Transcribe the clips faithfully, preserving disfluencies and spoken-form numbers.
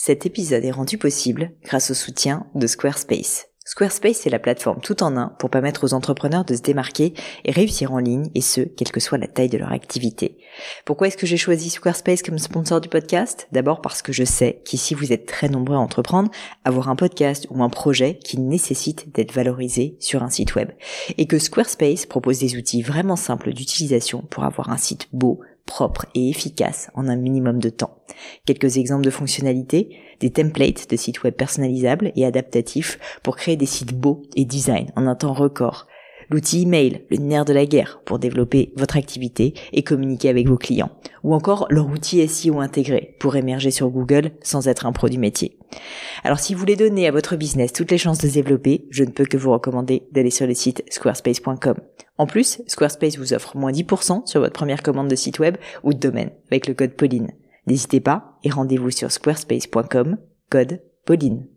Cet épisode est rendu possible grâce au soutien de Squarespace. Squarespace est la plateforme tout en un pour permettre aux entrepreneurs de se démarquer et réussir en ligne, et ce, quelle que soit la taille de leur activité. Pourquoi est-ce que j'ai choisi Squarespace comme sponsor du podcast ? D'abord parce que je sais qu'ici vous êtes très nombreux à entreprendre, avoir un podcast ou un projet qui nécessite d'être valorisé sur un site web. Et que Squarespace propose des outils vraiment simples d'utilisation pour avoir un site beau, propre et efficace en un minimum de temps. Quelques exemples de fonctionnalités, des templates de sites web personnalisables et adaptatifs pour créer des sites beaux et design en un temps record. L'outil email, le nerf de la guerre pour développer votre activité et communiquer avec vos clients. Ou encore leur outil S E O intégré pour émerger sur Google sans être un pro du métier. Alors si vous voulez donner à votre business toutes les chances de se développer, je ne peux que vous recommander d'aller sur le site squarespace point com. En plus, Squarespace vous offre moins dix pour cent sur votre première commande de site web ou de domaine avec le code Pauline. N'hésitez pas et rendez-vous sur squarespace point com, code Pauline.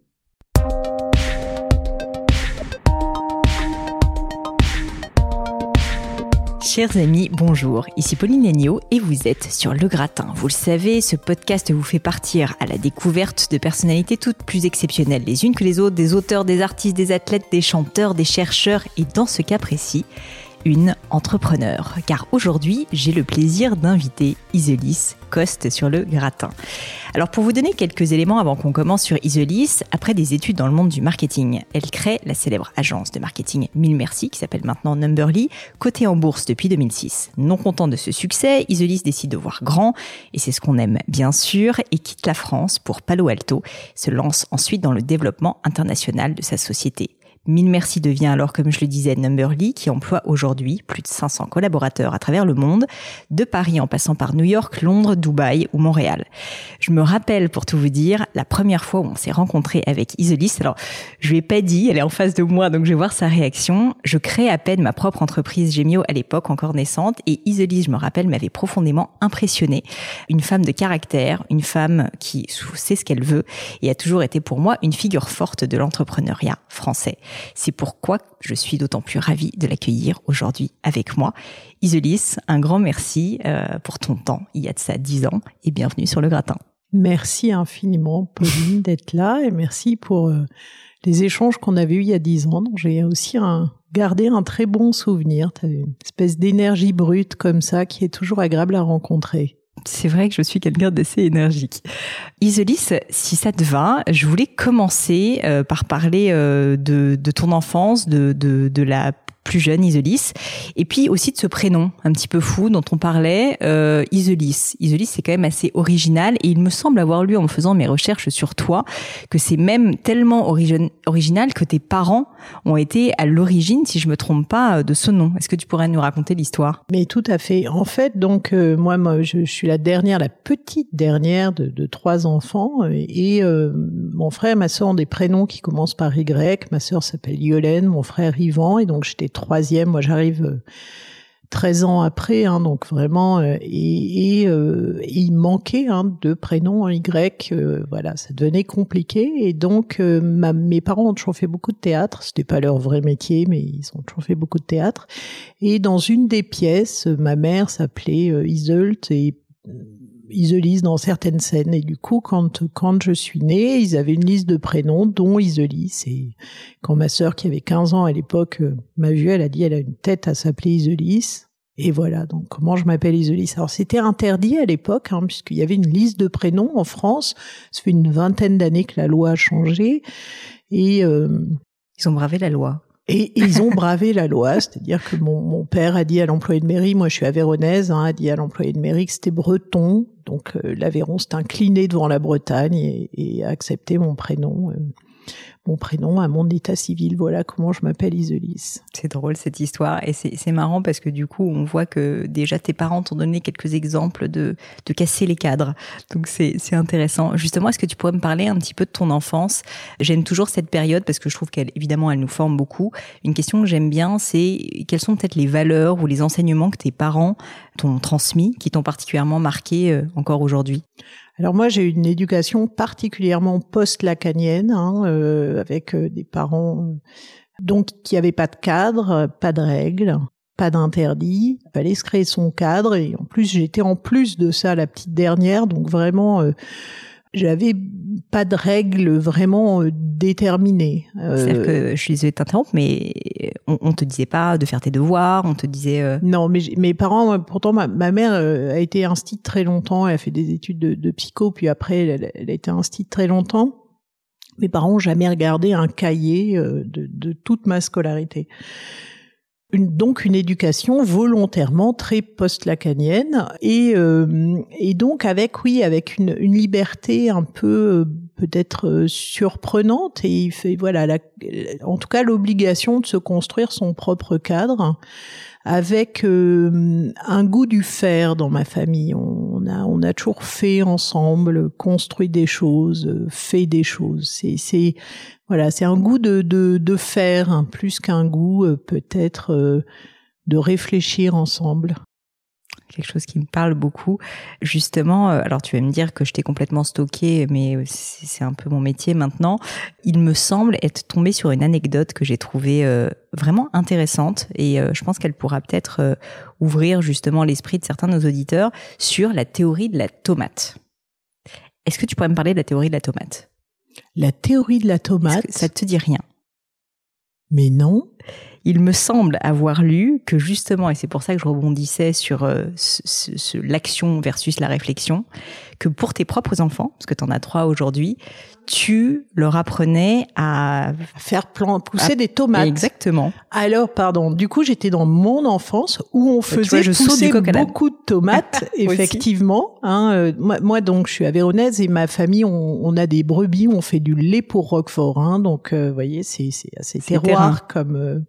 Chers amis, bonjour, ici Pauline Agneau et vous êtes sur Le Gratin. Vous le savez, ce podcast vous fait partir à la découverte de personnalités toutes plus exceptionnelles les unes que les autres, des auteurs, des artistes, des athlètes, des chanteurs, des chercheurs et dans ce cas précis, une entrepreneur. Car aujourd'hui, j'ai le plaisir d'inviter Iselis Coste sur Le Gratin. Alors pour vous donner quelques éléments avant qu'on commence sur Iselis, après des études dans le monde du marketing, elle crée la célèbre agence de marketing Mille Merci, qui s'appelle maintenant Numberly, cotée en bourse depuis deux mille six. Non content de ce succès, Iselis décide de voir grand, et c'est ce qu'on aime bien sûr, et quitte la France pour Palo Alto, se lance ensuite dans le développement international de sa société. Mille Merci devient alors, comme je le disais, Numberly, qui emploie aujourd'hui plus de cinq cents collaborateurs à travers le monde, de Paris en passant par New York, Londres, Dubaï ou Montréal. Je me rappelle, pour tout vous dire, la première fois où on s'est rencontrés avec Iselis. Alors, je lui ai pas dit, elle est en face de moi, donc je vais voir sa réaction. Je crée à peine ma propre entreprise Gemio à l'époque, encore naissante, et Iselis, je me rappelle, m'avait profondément impressionnée. Une femme de caractère, une femme qui sait ce qu'elle veut, et a toujours été pour moi une figure forte de l'entrepreneuriat français. C'est pourquoi je suis d'autant plus ravie de l'accueillir aujourd'hui avec moi. Iselis, un grand merci euh, pour ton temps, il y a de ça dix ans, et bienvenue sur Le Gratin. Merci infiniment, Pauline, d'être là, et merci pour euh, les échanges qu'on avait eus il y a dix ans. Donc, j'ai aussi un, gardé un très bon souvenir. Tu as une espèce d'énergie brute comme ça qui est toujours agréable à rencontrer. C'est vrai que je suis quelqu'un d'assez énergique. Iselis, si ça te va, je voulais commencer euh, par parler euh, de, de ton enfance, de, de, de la plus jeune Iselis, et puis aussi de ce prénom un petit peu fou dont on parlait, euh, Iselis. Iselis, c'est quand même assez original, et il me semble avoir lu en faisant mes recherches sur toi que c'est même tellement origi- original que tes parents ont été à l'origine, si je me trompe pas, de ce nom. Est-ce que tu pourrais nous raconter l'histoire ? Mais tout à fait. En fait, donc euh, moi, moi je, je suis la dernière, la petite dernière de, de trois enfants, et euh, mon frère et ma sœur ont des prénoms qui commencent par Y. Ma sœur s'appelle Yolène, mon frère Yvan, et donc j'étais troisième. Moi, j'arrive euh, treize ans après, hein, donc vraiment, euh, et, et, euh, et il manquait hein, de prénoms en Y. Euh, voilà, ça devenait compliqué, et donc euh, ma, mes parents ont toujours fait beaucoup de théâtre. C'était pas leur vrai métier, mais ils ont toujours fait beaucoup de théâtre. Et dans une des pièces, ma mère s'appelait euh, Iseult et Iselis dans certaines scènes. Et du coup, quand quand je suis née, ils avaient une liste de prénoms, dont Iselis. Et quand ma sœur, qui avait quinze ans à l'époque, euh, m'a vue, elle a dit, elle a une tête à s'appeler Iselis. Et voilà, donc comment je m'appelle Iselis. Alors c'était interdit à l'époque, hein, puisqu'il y avait une liste de prénoms en France. Ça fait une vingtaine d'années que la loi a changé. Et euh, ils ont bravé la loi. Et ils ont bravé la loi, c'est-à-dire que mon, mon père a dit à l'employé de mairie, moi je suis avéronaise, hein, a dit à l'employé de mairie que c'était breton, donc euh, l'Aveyron s'est incliné devant la Bretagne et, et a accepté mon prénom, euh, mon prénom à mon état civil. Voilà comment je m'appelle Iselis. C'est drôle cette histoire, et c'est, c'est marrant parce que du coup on voit que déjà tes parents t'ont donné quelques exemples de, de casser les cadres, donc c'est, c'est intéressant. Justement, est-ce que tu pourrais me parler un petit peu de ton enfance ? J'aime toujours cette période parce que je trouve qu'elle, évidemment, elle nous forme beaucoup. Une question que j'aime bien, c'est quelles sont peut-être les valeurs ou les enseignements que tes parents t'ont transmis, qui t'ont particulièrement marqué euh, encore aujourd'hui ? Alors moi, j'ai eu une éducation particulièrement post-lacanienne, hein, euh, avec euh, des parents euh, donc qui n'avaient pas de cadre, pas de règles, pas d'interdit. Il fallait se créer son cadre, et en plus, j'étais en plus de ça la petite dernière, donc vraiment, euh, j'avais pas de règles vraiment déterminées. C'est-à-dire que, je suis désolée de t'interrompre, mais on, on te disait pas de faire tes devoirs, on te disait... Euh... Non, mais mes parents, pourtant ma, ma mère a été instite très longtemps, elle a fait des études de, de psycho, puis après elle, elle a été instite très longtemps. Mes parents n'ont jamais regardé un cahier de, de toute ma scolarité. Une, donc une éducation volontairement très post-lacanienne et euh, et donc avec oui avec une, une liberté un peu peut-être surprenante et il fait voilà la, en tout cas l'obligation de se construire son propre cadre avec euh, un goût du faire dans ma famille. On a on a toujours fait ensemble, construit des choses, fait des choses. C'est c'est Voilà, c'est un goût de de de faire hein, plus qu'un goût euh, peut-être euh, de réfléchir ensemble. Quelque chose qui me parle beaucoup. Justement, euh, alors tu vas me dire que je t'ai complètement stalké, mais c'est, c'est un peu mon métier maintenant. Il me semble être tombée sur une anecdote que j'ai trouvée euh, vraiment intéressante et euh, je pense qu'elle pourra peut-être euh, ouvrir justement l'esprit de certains de nos auditeurs sur la théorie de la tomate. Est-ce que tu pourrais me parler de la théorie de la tomate ? La théorie de la tomate. Ça te dit rien? Mais non. Il me semble avoir lu que justement, et c'est pour ça que je rebondissais sur euh, ce, ce, l'action versus la réflexion, que pour tes propres enfants, parce que tu en as trois aujourd'hui, tu leur apprenais à faire plan, pousser à, des tomates. Exactement. Alors, pardon, du coup, j'étais dans mon enfance où on faisait vois, pousser beaucoup de tomates, effectivement. Hein, euh, moi, moi, donc, je suis aveyronnaise et ma famille, on, on a des brebis, on fait du lait pour Roquefort. Hein, donc, vous euh, voyez, c'est, c'est assez c'est terroir terrain. comme... Euh,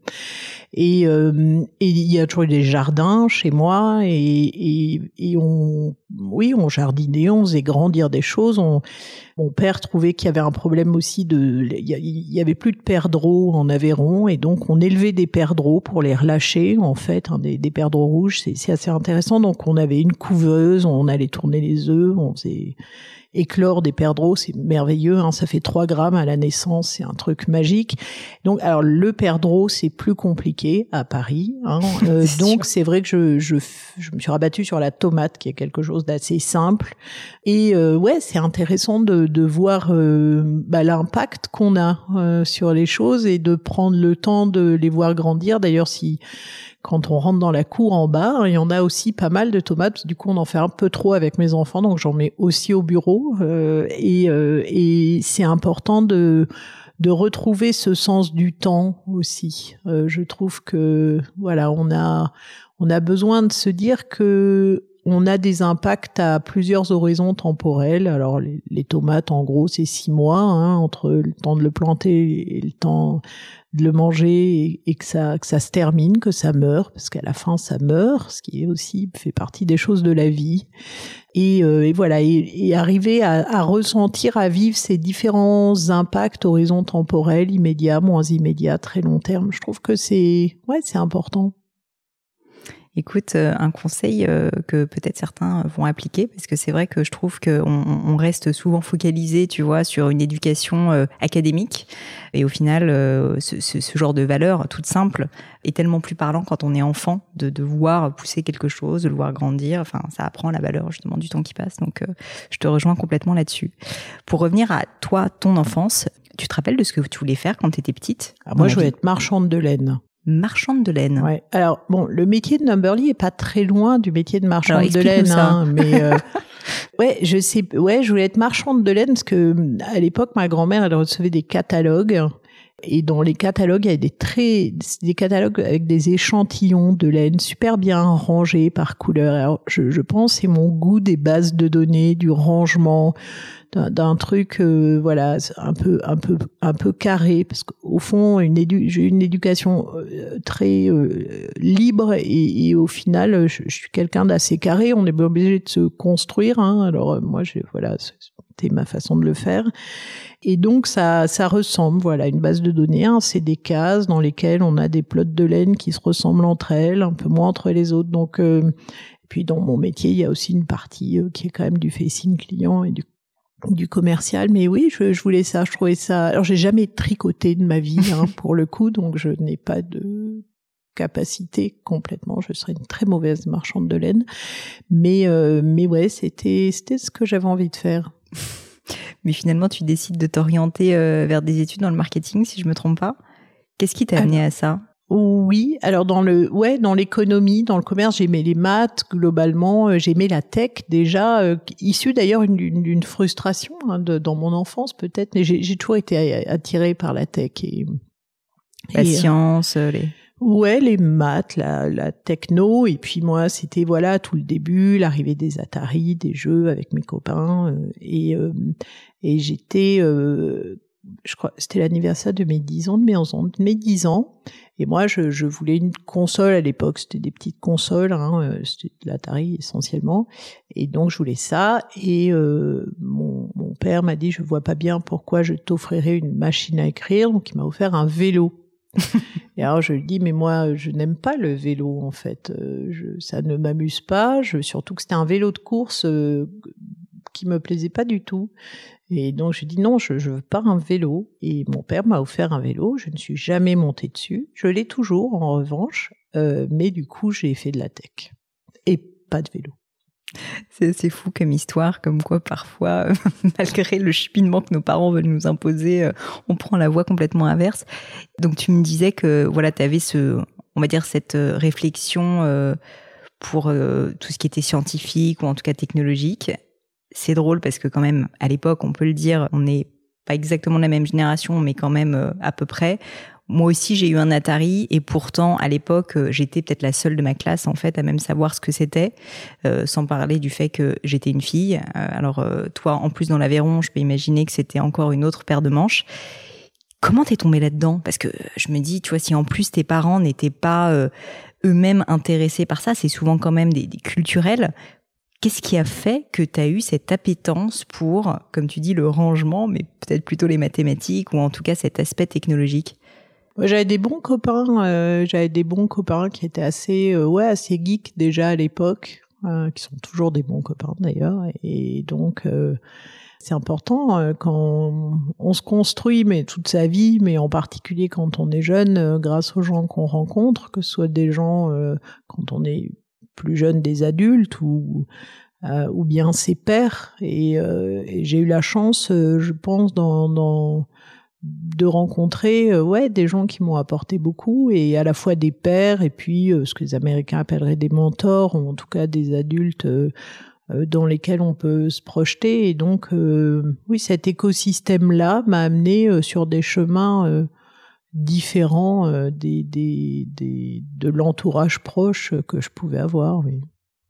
et euh, et il y a toujours eu des jardins chez moi et, et, et on... Oui, on jardinait, on faisait grandir des choses. On, mon père trouvait qu'il y avait un problème aussi de, il y avait plus de perdreaux en Aveyron et donc on élevait des perdreaux pour les relâcher en fait, hein, des, des perdreaux rouges. C'est, c'est assez intéressant. Donc on avait une couveuse, on allait tourner les œufs, on faisait éclore des perdreaux, c'est merveilleux, hein, ça fait trois grammes à la naissance, c'est un truc magique. Donc, alors le perdreau, c'est plus compliqué à Paris, hein, euh, c'est donc sûr. C'est vrai que je, je je me suis rabattue sur la tomate, qui est quelque chose d'assez simple. Et euh, ouais, c'est intéressant de de voir euh, bah, l'impact qu'on a euh, sur les choses et de prendre le temps de les voir grandir. D'ailleurs, si quand on rentre dans la cour en bas, il y en a aussi pas mal de tomates. Du coup, on en fait un peu trop avec mes enfants, donc j'en mets aussi au bureau. Euh, et, euh, et c'est important de de retrouver ce sens du temps aussi. Euh, je trouve que voilà, on a on a besoin de se dire que on a des impacts à plusieurs horizons temporels. Alors les, les tomates, en gros, c'est six mois hein, entre le temps de le planter et le temps de le manger et, et que ça que ça se termine, que ça meurt, parce qu'à la fin ça meurt, ce qui est aussi fait partie des choses de la vie. Et, euh, et voilà, et, et arriver à, à ressentir, à vivre ces différents impacts, horizons temporels, immédiats, moins immédiats, très long terme. Je trouve que c'est ouais, c'est important. Écoute, un conseil que peut-être certains vont appliquer, parce que c'est vrai que je trouve qu'on on reste souvent focalisé, tu vois, sur une éducation académique, et au final, ce, ce, ce genre de valeur toute simple est tellement plus parlant quand on est enfant, de, de voir pousser quelque chose, de le voir grandir. Enfin, ça apprend la valeur justement du temps qui passe. Donc, je te rejoins complètement là-dessus. Pour revenir à toi, ton enfance, tu te rappelles de ce que tu voulais faire quand tu étais petite? Ah, moi, je voulais être marchande de laine. Marchande de laine. Ouais. Alors bon, le métier de Numberly est pas très loin du métier de marchande Alors, de laine, hein, mais euh, ouais, je sais, ouais, je voulais être marchande de laine parce que à l'époque, ma grand-mère, elle recevait des catalogues. Et dans les catalogues, il y avait des très, des catalogues avec des échantillons de laine super bien rangés par couleur. Alors, je, je pense c'est mon goût des bases de données, du rangement, d'un, d'un truc, euh, voilà, un peu, un peu, un peu carré. Parce qu'au fond, une édu- j'ai une éducation euh, très euh, libre et, et au final, je, je suis quelqu'un d'assez carré. On est obligé de se construire. Hein. Alors moi, j'ai, voilà, c'était ma façon de le faire. Et donc, ça, ça ressemble, voilà, une base de données, hein, c'est des cases dans lesquelles on a des plots de laine qui se ressemblent entre elles, un peu moins entre les autres. Donc, euh, et puis dans mon métier, il y a aussi une partie euh, qui est quand même du facing client et du, du commercial. Mais oui, je, je voulais ça, je trouvais ça. Alors, j'ai jamais tricoté de ma vie, hein, pour le coup, donc je n'ai pas de capacité complètement. Je serais une très mauvaise marchande de laine, mais euh, mais ouais, c'était c'était ce que j'avais envie de faire. mais finalement tu décides de t'orienter euh, vers des études dans le marketing, si je me trompe pas. Qu'est-ce qui t'a amené à ça ? Oui, alors dans le ouais dans l'économie, dans le commerce, j'aimais les maths globalement, j'aimais la tech déjà, euh, issue d'ailleurs d'une, d'une frustration hein, de, dans mon enfance peut-être, mais j'ai, j'ai toujours été attirée par la tech et la et, science, euh, les ouais les maths, la, la techno et puis moi c'était voilà tout le début, l'arrivée des Atari, des jeux avec mes copains euh, et euh, et j'étais euh, je crois c'était l'anniversaire de mes dix ans de mes onze ans de mes dix ans. Et moi, je, je voulais une console à l'époque. C'était des petites consoles, hein, c'était de l'Atari essentiellement. Et donc, je voulais ça. Et euh, mon, mon père m'a dit, je vois pas bien pourquoi je t'offrirais une machine à écrire. Donc, il m'a offert un vélo. Et alors, je lui dis, mais moi, je n'aime pas le vélo, en fait. Euh, je, ça ne m'amuse pas. Je, surtout que c'était un vélo de course euh, qui me plaisait pas du tout. Et donc, je dis non, je, je veux pas un vélo. Et mon père m'a offert un vélo. Je ne suis jamais montée dessus. Je l'ai toujours, en revanche. Euh, mais du coup, j'ai fait de la tech. Et pas de vélo. C'est, c'est fou comme histoire, comme quoi parfois, malgré le cheminement que nos parents veulent nous imposer, on prend la voie complètement inverse. Donc, tu me disais que, voilà, tu avais ce, on va dire, cette réflexion euh, pour euh, tout ce qui était scientifique ou en tout cas technologique. C'est drôle parce que quand même, à l'époque, on peut le dire, on n'est pas exactement de la même génération, mais quand même euh, à peu près. Moi aussi, j'ai eu un Atari et pourtant, à l'époque, euh, j'étais peut-être la seule de ma classe, en fait, à même savoir ce que c'était, euh, sans parler du fait que j'étais une fille. Euh, alors, euh, toi, en plus, dans l'Aveyron, je peux imaginer que c'était encore une autre paire de manches. Comment t'es tombée là-dedans ? Parce que je me dis, tu vois, si en plus tes parents n'étaient pas euh, eux-mêmes intéressés par ça, c'est souvent quand même des, des culturels. Qu'est-ce qui a fait que tu as eu cette appétence pour, comme tu dis, le rangement, mais peut-être plutôt les mathématiques ou en tout cas cet aspect technologique ? J'avais des bons copains, euh, j'avais des bons copains qui étaient assez, euh, ouais, assez geeks déjà à l'époque, euh, qui sont toujours des bons copains d'ailleurs. Et donc, euh, c'est important euh, quand on se construit, mais toute sa vie, mais en particulier quand on est jeune, euh, grâce aux gens qu'on rencontre, que ce soit des gens euh, quand on est plus jeune, des adultes ou euh, ou bien ses pairs. Et, euh, et j'ai eu la chance, euh, je pense, dans, dans de rencontrer euh, ouais des gens qui m'ont apporté beaucoup, et à la fois des pairs et puis euh, ce que les Américains appelleraient des mentors, ou en tout cas des adultes euh, euh, dans lesquels on peut se projeter. Et donc euh, oui, cet écosystème-là m'a amené euh, sur des chemins euh, différents euh, des, des, des, de l'entourage proche que je pouvais avoir. Oui.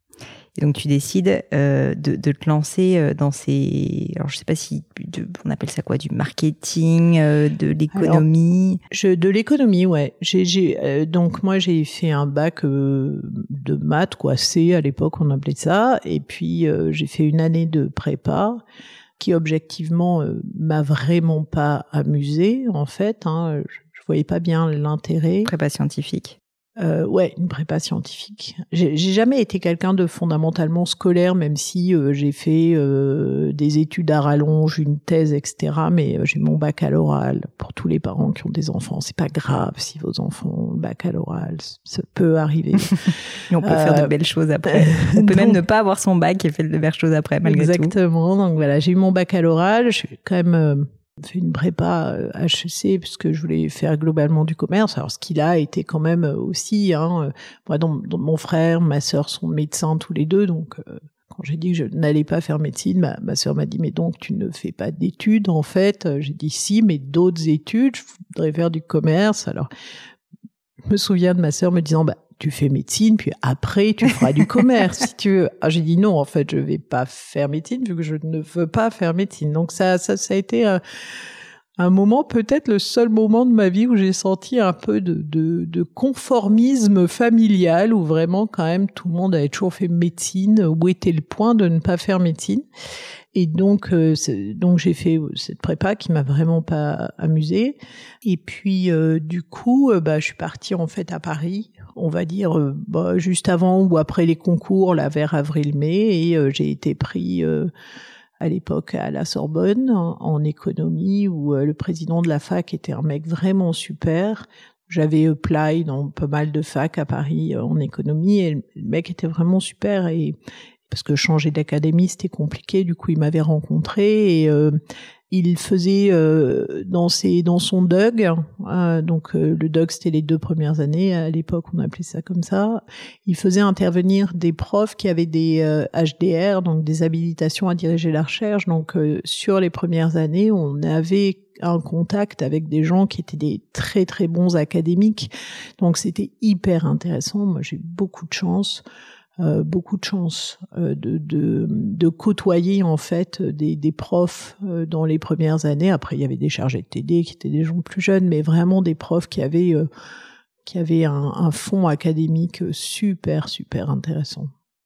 Et donc tu décides euh, de, de te lancer dans ces, alors je sais pas si de, on appelle ça quoi, du marketing, euh, de l'économie. Alors, je, de l'économie, ouais. J'ai, j'ai euh, donc moi j'ai fait un bac euh, de maths, quoi, C à l'époque on appelait ça, et puis euh, j'ai fait une année de prépa qui objectivement euh, m'a vraiment pas amusée en fait. Hein, je, je voyais pas bien l'intérêt. Prépa scientifique. Euh, ouais, une prépa scientifique. J'ai, j'ai jamais été quelqu'un de fondamentalement scolaire, même si euh, j'ai fait euh, des études à rallonge, une thèse, et cetera. Mais euh, j'ai mon bac à l'oral. Pour tous les parents qui ont des enfants, c'est pas grave si vos enfants ont le bac à l'oral, ça peut arriver. Et on peut euh, faire de belles choses après. On peut donc, même ne pas avoir son bac et faire de belles choses après, malgré exactement. tout. Exactement. Donc voilà, j'ai eu mon bac à l'oral. Je suis quand même euh, fait une prépa H E C parce que je voulais faire globalement du commerce. Alors ce qu'il a été quand même aussi, hein, moi, dans, dans mon frère, ma sœur sont médecins tous les deux, donc euh, quand j'ai dit que je n'allais pas faire médecine, ma, ma sœur m'a dit mais donc tu ne fais pas d'études en fait. J'ai dit si, mais d'autres études, je voudrais faire du commerce. Alors je me souviens de ma sœur me disant bah tu fais médecine, puis après, tu feras du commerce, si tu veux. Ah, j'ai dit non, en fait, je vais pas faire médecine, vu que je ne veux pas faire médecine. Donc ça, ça, ça a été un, un moment, peut-être le seul moment de ma vie où j'ai senti un peu de, de, de conformisme familial, où vraiment, quand même, tout le monde avait toujours fait médecine, où était le point de ne pas faire médecine. Et donc, euh, donc j'ai fait cette prépa qui m'a vraiment pas amusée. Et puis, euh, du coup, euh, bah, je suis partie en fait à Paris, on va dire euh, bah, juste avant ou après les concours, là vers avril-mai, et euh, j'ai été pris euh, à l'époque à la Sorbonne en, en économie, où euh, le président de la fac était un mec vraiment super. J'avais apply dans pas mal de facs à Paris euh, en économie, et le mec était vraiment super. Et parce que changer d'académie, c'était compliqué. Du coup, il m'avait rencontré et euh, il faisait euh, dans ses dans son D U G, euh, donc euh, le D U G c'était les deux premières années, à l'époque on appelait ça comme ça. Il faisait intervenir des profs qui avaient des euh, H D R, donc des habilitations à diriger la recherche. Donc euh, sur les premières années, on avait un contact avec des gens qui étaient des très très bons académiques. Donc c'était hyper intéressant. Moi j'ai eu beaucoup de chance. Euh, beaucoup de chance euh, de, de, de côtoyer en fait des, des profs euh, dans les premières années. Après, il y avait des chargés de T D qui étaient des gens plus jeunes, mais vraiment des profs qui avaient euh, qui avaient un, un fond académique super super intéressant.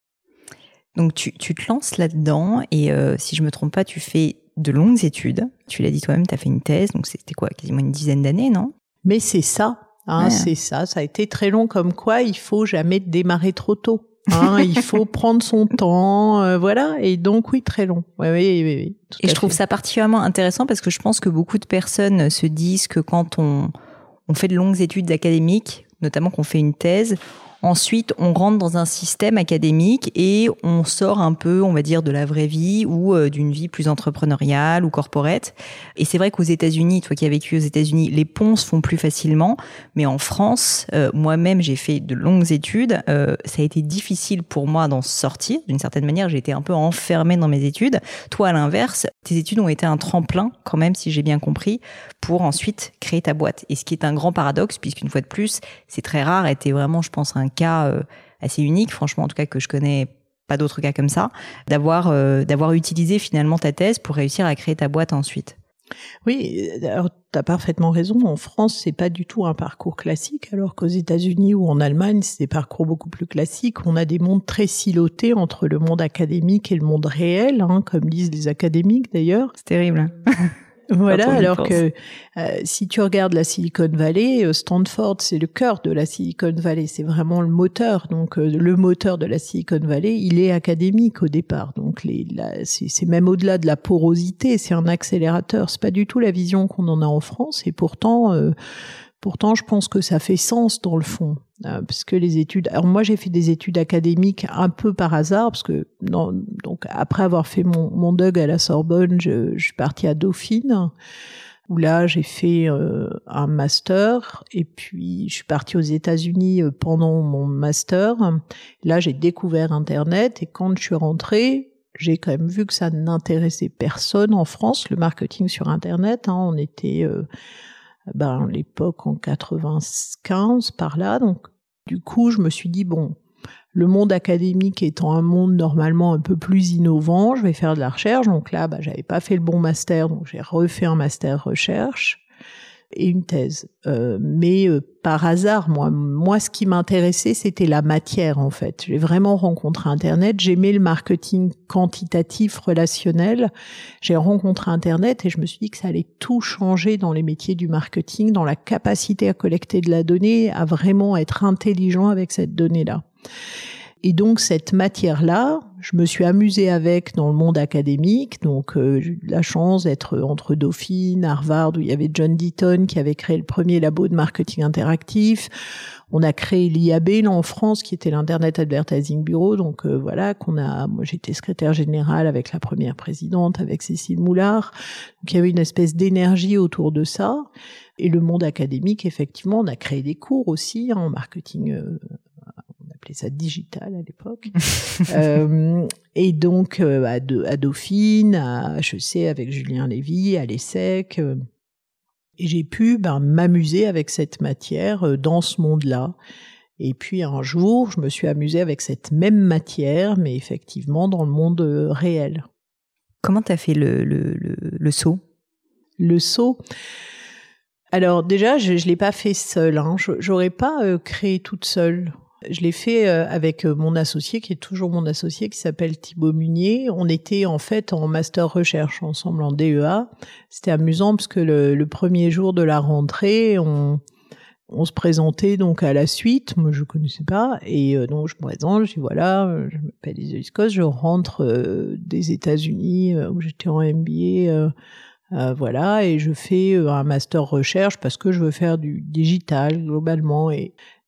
Donc tu, tu te lances là-dedans et euh, si je me trompe pas, tu fais de longues études. Tu l'as dit toi-même, tu as fait une thèse, donc c'était quoi, quasiment une dizaine d'années, non ? Mais c'est ça, hein, ouais. c'est ça. Ça a été très long, comme quoi il faut jamais démarrer trop tôt. Hein, il faut prendre son temps, euh, voilà. Et donc oui, très long. Oui, oui, oui, oui. Tout et à je trouve fait. ça particulièrement intéressant parce que je pense que beaucoup de personnes se disent que quand on on fait de longues études académiques, notamment qu'on fait une thèse, ensuite on rentre dans un système académique et on sort un peu, on va dire, de la vraie vie ou euh, d'une vie plus entrepreneuriale ou corporate. Et c'est vrai qu'aux États-Unis, toi qui as vécu aux États-Unis, les ponts se font plus facilement. Mais en France, euh, moi-même, j'ai fait de longues études. Euh, ça a été difficile pour moi d'en sortir. D'une certaine manière, j'ai été un peu enfermée dans mes études. Toi, à l'inverse, tes études ont été un tremplin, quand même, si j'ai bien compris, pour ensuite créer ta boîte. Et ce qui est un grand paradoxe, puisqu'une fois de plus, c'est très rare, et t'es vraiment, je pense, un cas euh, assez unique, franchement, en tout cas, que je connais pas d'autres cas comme ça, d'avoir euh, d'avoir utilisé finalement ta thèse pour réussir à créer ta boîte ensuite. Oui, alors tu as parfaitement raison. En France, c'est pas du tout un parcours classique, alors qu'aux États-Unis ou en Allemagne, c'est des parcours beaucoup plus classiques. On a des mondes très silotés entre le monde académique et le monde réel, hein, comme disent les académiques d'ailleurs. C'est terrible. Voilà, alors que euh, si tu regardes la Silicon Valley, Stanford, c'est le cœur de la Silicon Valley, c'est vraiment le moteur. Donc euh, le moteur de la Silicon Valley, il est académique au départ. Donc les, la, c'est, c'est même au-delà de la porosité, c'est un accélérateur. C'est pas du tout la vision qu'on en a en France, et pourtant, euh, pourtant, je pense que ça fait sens dans le fond. Euh, parce que les études, alors moi j'ai fait des études académiques un peu par hasard, parce que non, donc après avoir fait mon, mon D U G à la Sorbonne, je, je suis partie à Dauphine, où là j'ai fait euh, un master, et puis je suis partie aux États-Unis pendant mon master. Là j'ai découvert Internet, et quand je suis rentrée, j'ai quand même vu que ça n'intéressait personne en France, le marketing sur Internet. Hein, on était euh, ben, à l'époque en quatre-vingt-quinze par là, donc du coup je me suis dit bon, le monde académique étant un monde normalement un peu plus innovant, je vais faire de la recherche. Donc là bah, j'avais pas fait le bon master, donc j'ai refait un master recherche et une thèse. Euh, mais euh, par hasard, moi, moi, ce qui m'intéressait, c'était la matière, en fait. J'ai vraiment rencontré Internet. J'aimais le marketing quantitatif, relationnel. J'ai rencontré Internet et je me suis dit que ça allait tout changer dans les métiers du marketing, dans la capacité à collecter de la donnée, à vraiment être intelligent avec cette donnée-là. Et donc, cette matière-là, je me suis amusée avec dans le monde académique. Donc, euh, j'ai eu la chance d'être entre Dauphine, Harvard, où il y avait John Deaton qui avait créé le premier labo de marketing interactif. On a créé l'I A B là, en France, qui était l'Internet Advertising Bureau. Donc, euh, voilà, qu'on a, moi, j'étais secrétaire générale avec la première présidente, avec Cécile Moulard. Donc, il y avait une espèce d'énergie autour de ça. Et le monde académique, effectivement, on a créé des cours aussi, hein, en marketing, euh, appelait ça digital à l'époque. euh, et donc, euh, à, de, à Dauphine, à H E C avec Julien Lévy, à l'ESSEC. Euh, et j'ai pu ben, m'amuser avec cette matière euh, dans ce monde-là. Et puis un jour, je me suis amusée avec cette même matière, mais effectivement dans le monde euh, réel. Comment t'as fait le, le, le, le saut ? Le saut. Alors déjà, je ne l'ai pas fait seule. Hein. Je n'aurais pas euh, créé toute seule. Je l'ai fait avec mon associé, qui est toujours mon associé, qui s'appelle Thibaut Munier. On était en fait en master recherche ensemble en D E A. C'était amusant parce que le, le premier jour de la rentrée, on, on se présentait donc à la suite. Moi, je connaissais pas. Et euh, donc, je me présente, je dis voilà, je m'appelle Isolde Scott, je rentre euh, des États-Unis euh, où j'étais en M B A. Euh, euh, voilà, et je fais euh, un master recherche parce que je veux faire du digital globalement. Et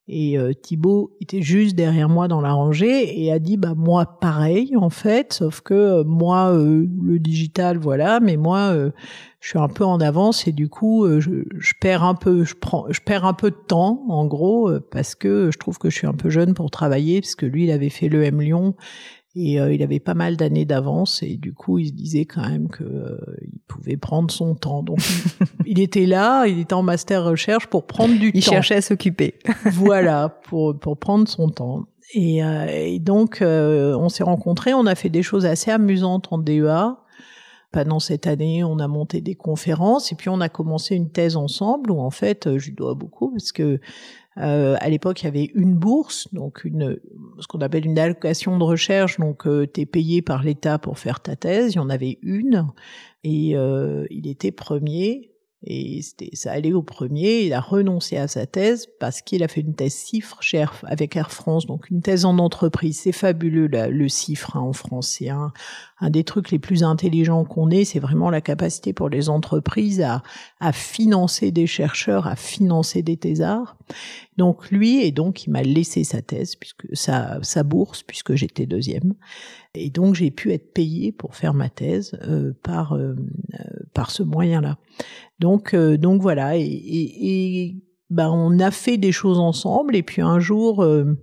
Et euh, Thibaut était juste derrière moi dans la rangée et a dit bah moi pareil en fait, sauf que euh, moi euh, le digital voilà, mais moi euh, je suis un peu en avance et du coup euh, je, je perds un peu, je prends, je perds un peu de temps en gros euh, parce que je trouve que je suis un peu jeune pour travailler parce que lui il avait fait l'E M Lyon. Et euh, il avait pas mal d'années d'avance et du coup il se disait quand même que euh, il pouvait prendre son temps. Donc il était là, il était en master recherche pour prendre du il temps. Il cherchait à s'occuper. Voilà, pour pour prendre son temps. Et, euh, et donc euh, on s'est rencontrés, on a fait des choses assez amusantes en D E A. Pendant cette année, on a monté des conférences et puis on a commencé une thèse ensemble où en fait je lui dois beaucoup parce que Euh, à l'époque, il y avait une bourse, donc une, ce qu'on appelle une allocation de recherche. Donc, euh, t'es payé par l'État pour faire ta thèse. Il y en avait une, et euh, il était premier. Et c'était, ça allait au premier. Il a renoncé à sa thèse parce qu'il a fait une thèse CIFRE chez Air, avec Air France, donc une thèse en entreprise. C'est fabuleux là, le CIFRE hein, en France. C'est un, un des trucs les plus intelligents qu'on ait. C'est vraiment la capacité pour les entreprises à, à financer des chercheurs, à financer des thésards. Donc lui, et donc il m'a laissé sa thèse, puisque sa, sa bourse, puisque j'étais deuxième. Et donc j'ai pu être payée pour faire ma thèse euh, par euh, par ce moyen-là. Donc euh, donc voilà. Et, et, et ben on a fait des choses ensemble. Et puis un jour, euh,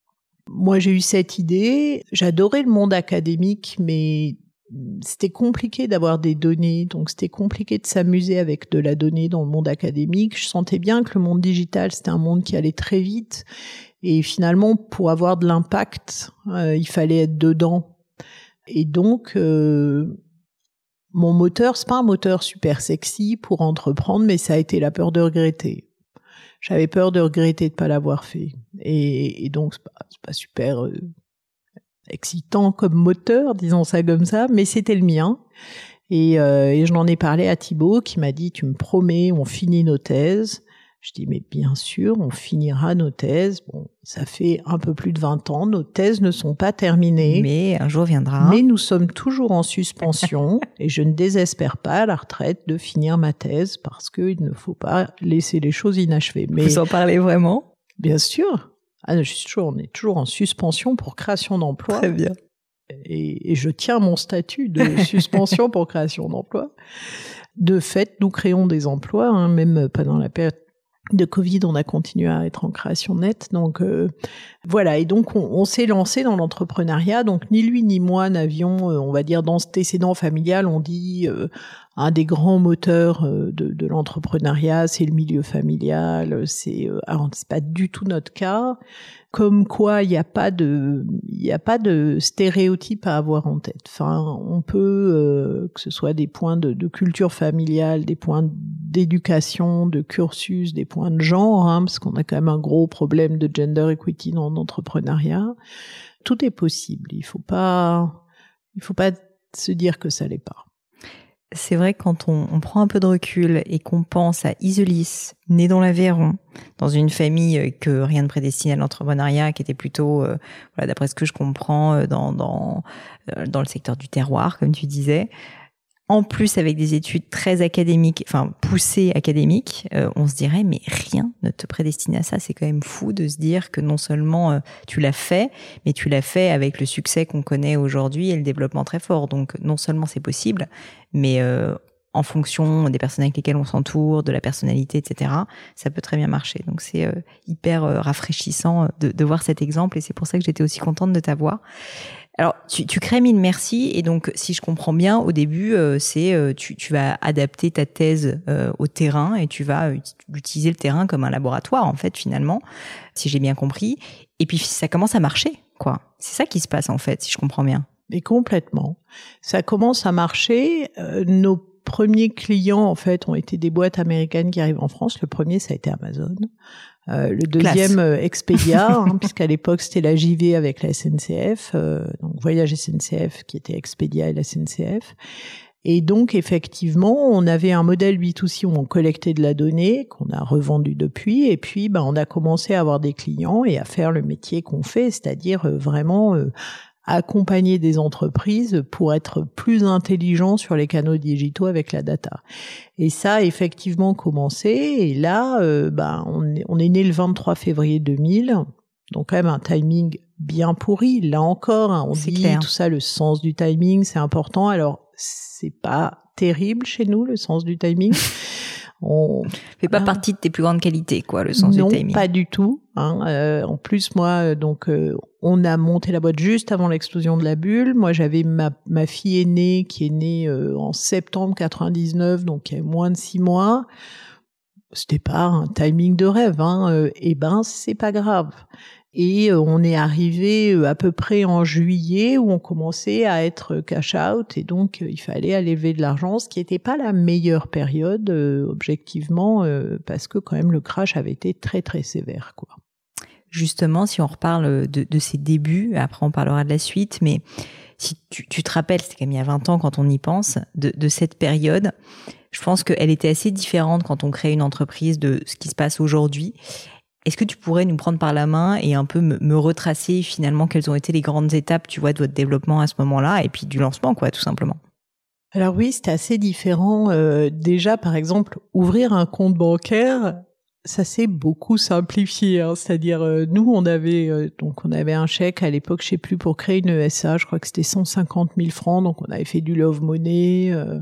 moi j'ai eu cette idée. J'adorais le monde académique, mais c'était compliqué d'avoir des données, donc c'était compliqué de s'amuser avec de la donnée dans le monde académique. Je sentais bien que le monde digital, c'était un monde qui allait très vite. Et finalement, pour avoir de l'impact, euh, il fallait être dedans. Et donc, euh, mon moteur, c'est pas un moteur super sexy pour entreprendre, mais ça a été la peur de regretter. J'avais peur de regretter de pas l'avoir fait. Et, et donc, c'est pas, c'est pas super euh, excitant comme moteur, disons ça comme ça, mais c'était le mien. Et, euh, et je n'en ai parlé à Thibaut qui m'a dit, tu me promets, on finit nos thèses. Je dis, mais bien sûr, on finira nos thèses. Bon, ça fait un peu plus de vingt ans, nos thèses ne sont pas terminées. Mais un jour viendra. Mais nous sommes toujours en suspension et je ne désespère pas à la retraite de finir ma thèse parce qu'il ne faut pas laisser les choses inachevées. Mais vous en parlez vraiment? Bien sûr. Ah, je suis toujours, on est toujours en suspension pour création d'emplois. Très bien. Et, et je tiens mon statut de suspension pour création d'emplois. De fait, nous créons des emplois, hein, même pendant la période de Covid, on a continué à être en création nette. Donc euh, voilà, et donc on, on s'est lancé dans l'entrepreneuriat. Donc ni lui ni moi n'avions, euh, on va dire, d'antécédent familial. On dit euh, un des grands moteurs euh, de, de l'entrepreneuriat, c'est le milieu familial. C'est, euh, alors c'est pas du tout notre cas. Comme quoi, il n'y a pas de, il n'y a pas de stéréotype à avoir en tête. Enfin, on peut, euh, que ce soit des points de, de culture familiale, des points d'éducation, de cursus, des points de genre, hein, parce qu'on a quand même un gros problème de gender equity dans l'entrepreneuriat. Tout est possible. Il faut pas, il faut pas se dire que ça l'est pas. C'est vrai que quand on, on prend un peu de recul et qu'on pense à Isolis, née dans l'Aveyron, dans une famille que rien ne prédestinait à l'entrepreneuriat, qui était plutôt, euh, voilà, d'après ce que je comprends, dans, dans, dans le secteur du terroir, comme tu disais, en plus avec des études très académiques, enfin poussées académiques, euh, on se dirait mais rien ne te prédestine à ça. C'est quand même fou de se dire que non seulement euh, tu l'as fait, mais tu l'as fait avec le succès qu'on connaît aujourd'hui et le développement très fort. Donc non seulement c'est possible, mais euh, en fonction des personnes avec lesquelles on s'entoure, de la personnalité, et cetera, ça peut très bien marcher. Donc c'est euh, hyper euh, rafraîchissant de, de voir cet exemple et c'est pour ça que j'étais aussi contente de t'avoir. Alors, tu, tu crées Mille Merci et donc, si je comprends bien, au début, euh, c'est euh, tu, tu vas adapter ta thèse euh, au terrain et tu vas euh, utiliser le terrain comme un laboratoire, en fait, finalement, si j'ai bien compris. Et puis, ça commence à marcher, quoi. C'est ça qui se passe, en fait, si je comprends bien. Mais complètement. Ça commence à marcher. Euh, nos premiers clients, en fait, ont été des boîtes américaines qui arrivent en France. Le premier, ça a été Amazon. Euh, le deuxième, euh, Expedia, hein, puisqu'à l'époque, c'était la J V avec la S N C F, euh, donc Voyage S N C F, qui était Expedia et la S N C F. Et donc, effectivement, on avait un modèle B deux C où on collectait de la donnée, qu'on a revendu depuis, et puis, ben, on a commencé à avoir des clients et à faire le métier qu'on fait, c'est-à-dire euh, vraiment... Euh, accompagner des entreprises pour être plus intelligents sur les canaux digitaux avec la data. Et ça a effectivement commencé. Et là, euh, bah, on, est, on est né le vingt-trois février deux mille, donc quand même un timing bien pourri. Là encore, hein, on c'est dit clair. tout ça, le sens du timing, c'est important. Alors, c'est pas terrible chez nous, le sens du timing. On fait pas ah. partie de tes plus grandes qualités, quoi, le sens non, du timing. Non, pas du tout. Hein. Euh, en plus, moi, donc, euh, on a monté la boîte juste avant l'explosion de la bulle. Moi, j'avais ma, ma fille aînée qui est née euh, en septembre quatre-vingt-dix-neuf, donc il y a moins de six mois. C'était pas un timing de rêve, hein. Euh, eh ben, c'est pas grave. Et euh, on est arrivé euh, à peu près en juillet où on commençait à être cash out et donc euh, il fallait aller lever de l'argent, ce qui n'était pas la meilleure période euh, objectivement euh, parce que quand même le crash avait été très très sévère, quoi. Justement, si on reparle de, de ces débuts, après on parlera de la suite, mais si tu, tu te rappelles, c'était quand même il y a vingt ans quand on y pense, de, de cette période, je pense qu'elle était assez différente quand on crée une entreprise de ce qui se passe aujourd'hui. Est-ce que tu pourrais nous prendre par la main et un peu me, me retracer finalement quelles ont été les grandes étapes, tu vois, de votre développement à ce moment-là et puis du lancement, quoi, tout simplement? Alors oui, c'était assez différent. Euh, déjà, par exemple, ouvrir un compte bancaire, ça s'est beaucoup simplifié. Hein. C'est-à-dire, euh, nous, on avait euh, donc on avait un chèque à l'époque, je sais plus, pour créer une E S A. Je crois que c'était cent cinquante mille francs. Donc, on avait fait du love money. Euh,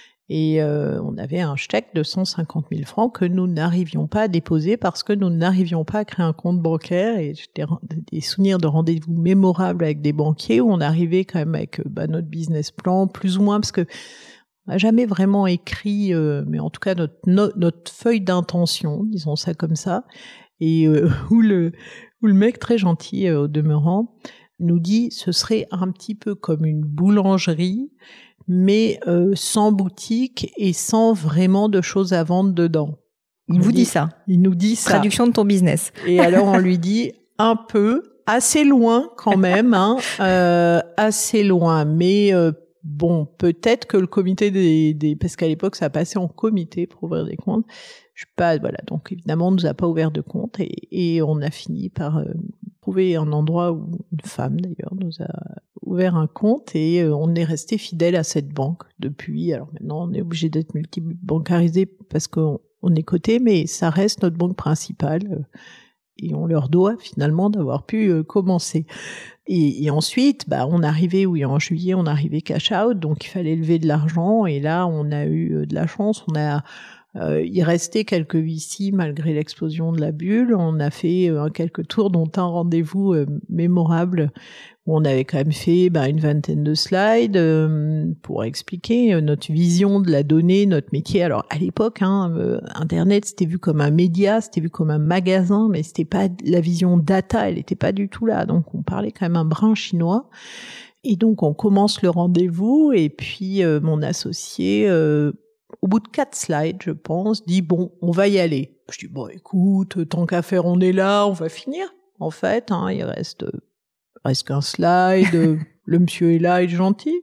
Et euh, on avait un chèque de cent cinquante mille francs que nous n'arrivions pas à déposer parce que nous n'arrivions pas à créer un compte bancaire. Et j'ai des souvenirs de rendez-vous mémorables avec des banquiers où on arrivait quand même avec bah, notre business plan, plus ou moins, parce que on n'a jamais vraiment écrit, euh, mais en tout cas notre, no, notre feuille d'intention, disons ça comme ça, et euh, où, le, où le mec très gentil, euh, au demeurant, nous dit ce serait un petit peu comme une boulangerie, mais euh, sans boutique et sans vraiment de choses à vendre dedans. Il vous dit ça. Il nous dit ça. Traduction de ton business. Et alors on lui dit un peu, assez loin quand même, hein, euh, assez loin. Mais euh, bon, peut-être que le comité des, des, parce qu'à l'époque ça passait en comité pour ouvrir des comptes. Je sais pas, voilà. Donc évidemment on nous a pas ouvert de compte et, et on a fini par euh, trouver un endroit où une femme d'ailleurs nous a ouvert un compte et euh, on est resté fidèle à cette banque depuis. Alors maintenant on est obligé d'être multibancarisé parce qu'on on est coté, mais ça reste notre banque principale euh, et on leur doit finalement d'avoir pu euh, commencer. Et, et ensuite, bah on arrivait, oui, en juillet on arrivait cash out, donc il fallait lever de l'argent et là on a eu euh, de la chance, on a Euh, il restait quelques V C malgré l'explosion de la bulle. On a fait euh, quelques tours, dont un rendez-vous euh, mémorable où on avait quand même fait bah, une vingtaine de slides euh, pour expliquer euh, notre vision de la donnée, notre métier. Alors à l'époque, hein, euh, Internet c'était vu comme un média, c'était vu comme un magasin, mais c'était pas la vision data, elle n'était pas du tout là. Donc on parlait quand même un brin chinois. Et donc on commence le rendez-vous et puis euh, mon associé euh, au bout de quatre slides, je pense, dit bon, on va y aller. Je dis bon, écoute, tant qu'à faire, on est là, on va finir. En fait, hein, il reste, reste qu'un slide. Le monsieur est là, il est gentil.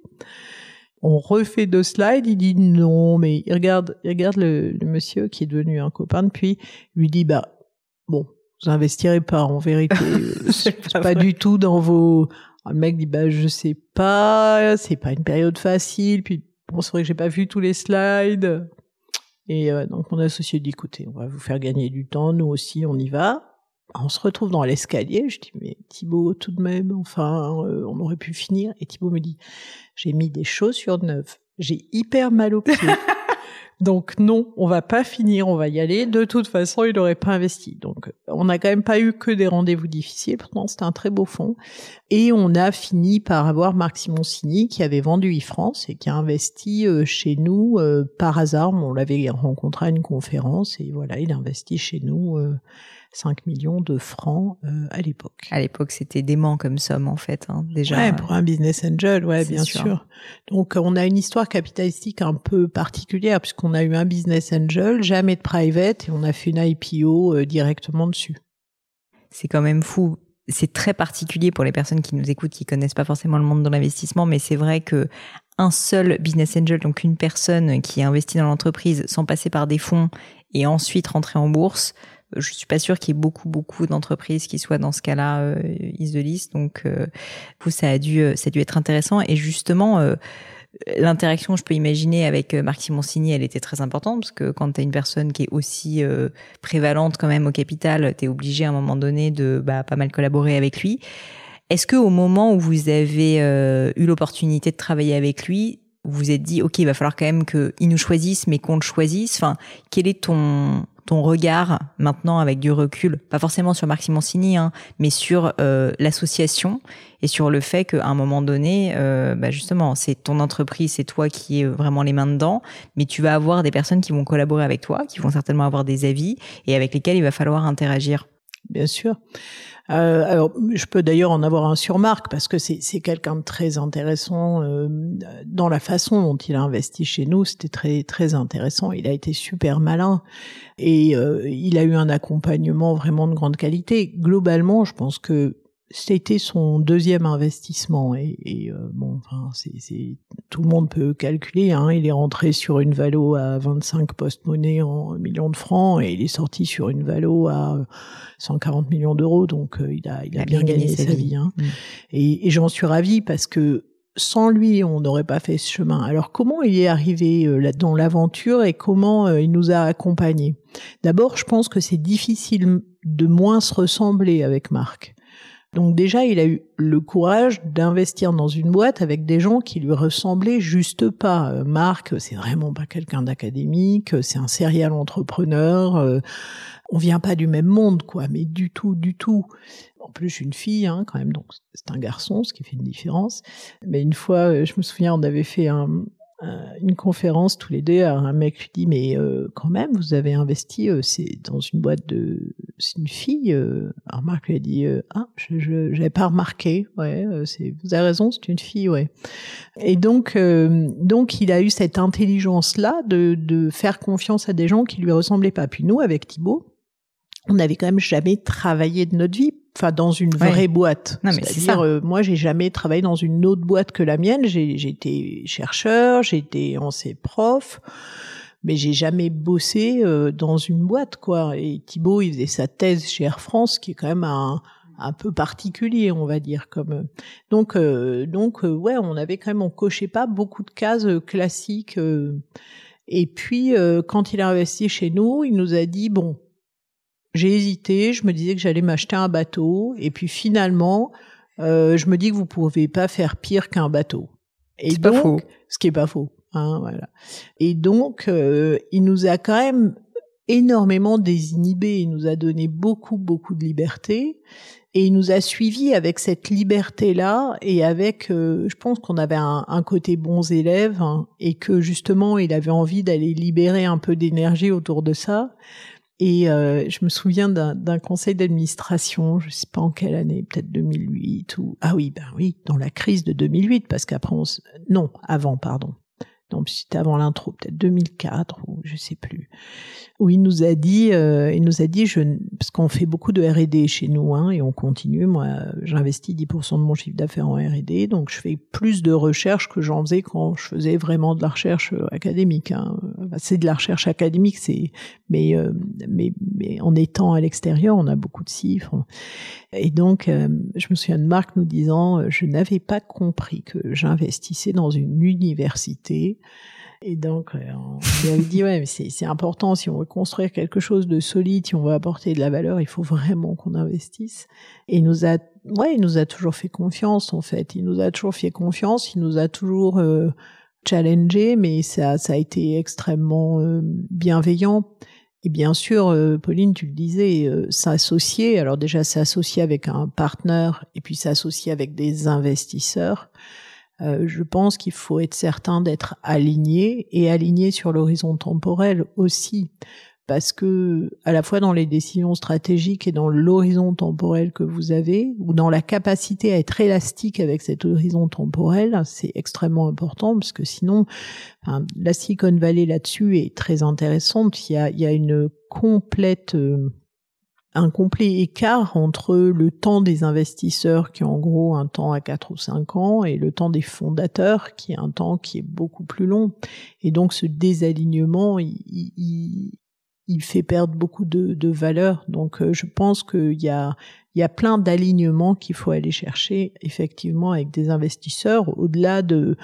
On refait deux slides. Il dit non, mais il regarde, il regarde le, le monsieur qui est devenu un copain depuis. Il lui dit bah bon, vous investirez pas en vérité. c'est pas, pas du tout dans vos. Alors, le mec dit bah je sais pas, c'est pas une période facile. Puis bon, c'est vrai que j'ai pas vu tous les slides. Et euh, donc, mon associé dit, écoutez, on va vous faire gagner du temps. Nous aussi, on y va. On se retrouve dans l'escalier. Je dis, mais Thibaut, tout de même, enfin, euh, on aurait pu finir. Et Thibaut me dit, j'ai mis des chaussures neuves. J'ai hyper mal aux pieds. Donc non, on va pas finir, on va y aller. De toute façon, il n'aurait pas investi. Donc on n'a quand même pas eu que des rendez-vous difficiles. Pourtant, c'était un très beau fonds. Et on a fini par avoir Marc Simoncini qui avait vendu iFrance et qui a investi chez nous euh, par hasard. On l'avait rencontré à une conférence et voilà, il a investi chez nous euh, cinq millions de francs euh, à l'époque. À l'époque, c'était dément comme somme, en fait, hein, déjà. Ouais, pour un business angel, ouais, bien sûr. sûr. Donc, on a une histoire capitalistique un peu particulière puisqu'on a eu un business angel, jamais de private, et on a fait une I P O euh, directement dessus. C'est quand même fou. C'est très particulier pour les personnes qui nous écoutent, qui connaissent pas forcément le monde de l'investissement, mais c'est vrai que un seul business angel, donc une personne qui investit dans l'entreprise sans passer par des fonds et ensuite rentrer en bourse, je suis pas sûre qu'il y ait beaucoup, beaucoup d'entreprises qui soient dans ce cas-là euh, Isdelis. Donc, euh, vous, ça a dû, ça a dû être intéressant. Et justement, euh, l'interaction, je peux imaginer, avec Marc Simoncini, elle était très importante parce que quand tu as une personne qui est aussi euh, prévalente quand même au capital, tu es obligé à un moment donné de bah, pas mal collaborer avec lui. Est-ce que au moment où vous avez euh, eu l'opportunité de travailler avec lui, vous vous êtes dit, OK, il va falloir quand même qu'il nous choisisse, mais qu'on le choisisse. Enfin, quel est ton ton regard maintenant avec du recul, pas forcément sur Marc Simoncini, hein, mais sur euh, l'association et sur le fait qu'à un moment donné, euh, bah justement, c'est ton entreprise, c'est toi qui es vraiment les mains dedans, mais tu vas avoir des personnes qui vont collaborer avec toi, qui vont certainement avoir des avis et avec lesquels il va falloir interagir. Bien sûr. Euh, alors, je peux d'ailleurs en avoir un sur Marc parce que c'est, c'est quelqu'un de très intéressant euh, dans la façon dont il a investi chez nous. C'était très très intéressant. Il a été super malin et euh, il a eu un accompagnement vraiment de grande qualité. Globalement, je pense que c'était son deuxième investissement et, et euh, bon, enfin, c'est, c'est tout le monde peut calculer. Hein, il est rentré sur une valo à vingt-cinq post-monnaie en millions de francs et il est sorti sur une valo à cent quarante millions d'euros. Donc euh, il a il a, il a bien, bien gagné, gagné sa vie. vie hein. Mmh. Et, et j'en suis ravie parce que sans lui, on n'aurait pas fait ce chemin. Alors comment il est arrivé euh, là dans l'aventure et comment euh, il nous a accompagnés? D'abord, je pense que c'est difficile de moins se ressembler avec Marc. Donc déjà, il a eu le courage d'investir dans une boîte avec des gens qui lui ressemblaient juste pas. Euh, Marc, c'est vraiment pas quelqu'un d'académique, c'est un serial entrepreneur. Euh, on vient pas du même monde, quoi, mais du tout, du tout. En plus, je suis une fille, hein, quand même, donc c'est un garçon, ce qui fait une différence. Mais une fois, je me souviens, on avait fait un... une conférence tous les deux, un mec lui dit mais euh, quand même vous avez investi euh, c'est dans une boîte de c'est une fille euh. Alors Marc lui a dit euh, ah je, je j'avais pas remarqué ouais euh, c'est vous avez raison c'est une fille ouais et donc euh, donc il a eu cette intelligence là de de faire confiance à des gens qui lui ressemblaient pas. Puis nous avec Thibaut on n'avait quand même jamais travaillé de notre vie, enfin dans une vraie ouais. boîte. Non, mais c'est-à-dire, c'est ça. Euh, moi, j'ai jamais travaillé dans une autre boîte que la mienne. J'ai, j'ai été chercheur, j'ai été ancien prof, mais j'ai jamais bossé euh, dans une boîte, quoi. Et Thibaut, il faisait sa thèse chez Air France, qui est quand même un un peu particulier, on va dire, comme donc euh, donc euh, ouais, on avait quand même, on cochait pas beaucoup de cases euh, classiques. Euh, et puis euh, quand il a investi chez nous, il nous a dit bon. J'ai hésité, je me disais que j'allais m'acheter un bateau, et puis finalement, euh, je me dis que vous pouvez pas faire pire qu'un bateau. Et c'est donc, pas faux. Ce qui est pas faux, hein, voilà. Et donc, euh, il nous a quand même énormément désinhibés, il nous a donné beaucoup, beaucoup de liberté, et il nous a suivis avec cette liberté-là, et avec, euh, je pense qu'on avait un, un côté bons élèves, hein, et que justement, il avait envie d'aller libérer un peu d'énergie autour de ça. Et euh, je me souviens d'un, d'un conseil d'administration, je sais pas en quelle année, peut-être deux mille huit ou ah oui, ben oui, dans la crise de deux mille huit, parce qu'après on se... non, avant, pardon. Donc c'était avant l'intro, peut-être deux mille quatre ou je sais plus. Où il nous a dit, euh, il nous a dit, je, parce qu'on fait beaucoup de R et D chez nous, hein, et on continue. Moi, j'investis dix pour cent de mon chiffre d'affaires en R et D, donc je fais plus de recherche que j'en faisais quand je faisais vraiment de la recherche académique. Hein. C'est de la recherche académique, c'est, mais, euh, mais, mais en étant à l'extérieur, on a beaucoup de chiffres. Et donc, euh, je me souviens de Marc nous disant, euh, je n'avais pas compris que j'investissais dans une université. Et donc, euh, on lui avait dit, ouais, mais c'est, c'est important, si on veut construire quelque chose de solide, si on veut apporter de la valeur, il faut vraiment qu'on investisse. Et il nous a, ouais, il nous a toujours fait confiance, en fait. Il nous a toujours fait confiance, il nous a toujours euh, challengé, mais ça, ça a été extrêmement euh, bienveillant. Et bien sûr, euh, Pauline, tu le disais, euh, s'associer, alors déjà s'associer avec un partenaire et puis s'associer avec des investisseurs, euh, je pense qu'il faut être certain d'être aligné et aligné sur l'horizon temporel aussi. Parce que, à la fois dans les décisions stratégiques et dans l'horizon temporel que vous avez, ou dans la capacité à être élastique avec cet horizon temporel, c'est extrêmement important, parce que sinon, enfin, la Silicon Valley là-dessus est très intéressante. Il y a, il y a une complète, euh, un complet écart entre le temps des investisseurs, qui est en gros un temps à quatre ou cinq ans, et le temps des fondateurs, qui est un temps qui est beaucoup plus long. Et donc, ce désalignement, il, il il fait perdre beaucoup de, de valeur. Donc, euh, je pense qu'il y a, il y a plein d'alignements qu'il faut aller chercher, effectivement, avec des investisseurs, au-delà de,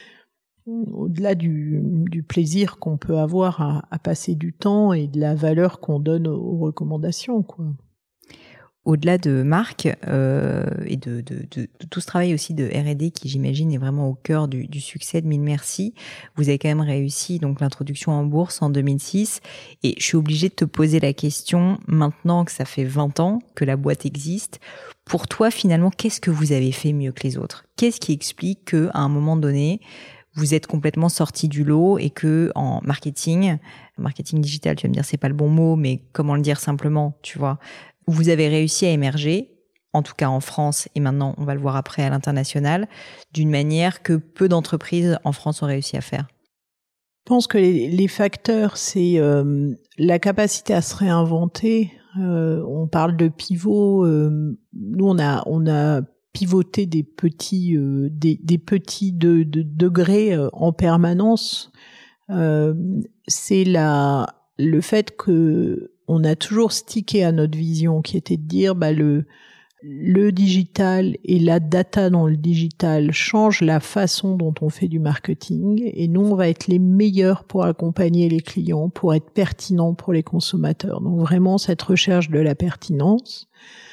au-delà du, du plaisir qu'on peut avoir à, à passer du temps et de la valeur qu'on donne aux, aux recommandations, quoi. Au-delà de Marc euh, et de, de, de, de tout ce travail aussi de R et D qui, j'imagine, est vraiment au cœur du, du succès de Mille Merci, vous avez quand même réussi donc l'introduction en bourse en deux mille six. Et je suis obligée de te poser la question, maintenant que ça fait vingt ans que la boîte existe, pour toi, finalement, qu'est-ce que vous avez fait mieux que les autres ? Qu'est-ce qui explique qu'à un moment donné, vous êtes complètement sorti du lot et que en marketing, marketing digital, tu vas me dire c'est pas le bon mot, mais comment le dire simplement, tu vois ? Vous avez réussi à émerger, en tout cas en France, et maintenant on va le voir après à l'international, d'une manière que peu d'entreprises en France ont réussi à faire. Je pense que les, les facteurs, c'est euh, la capacité à se réinventer. Euh, on parle de pivot. Euh, nous, on a, on a pivoté des petits, euh, des, des petits de, de degrés euh, en permanence. Euh, c'est la, le fait que on a toujours stické à notre vision, qui était de dire bah le le digital et la data dans le digital changent la façon dont on fait du marketing, et nous on va être les meilleurs pour accompagner les clients, pour être pertinents pour les consommateurs. Donc vraiment cette recherche de la pertinence.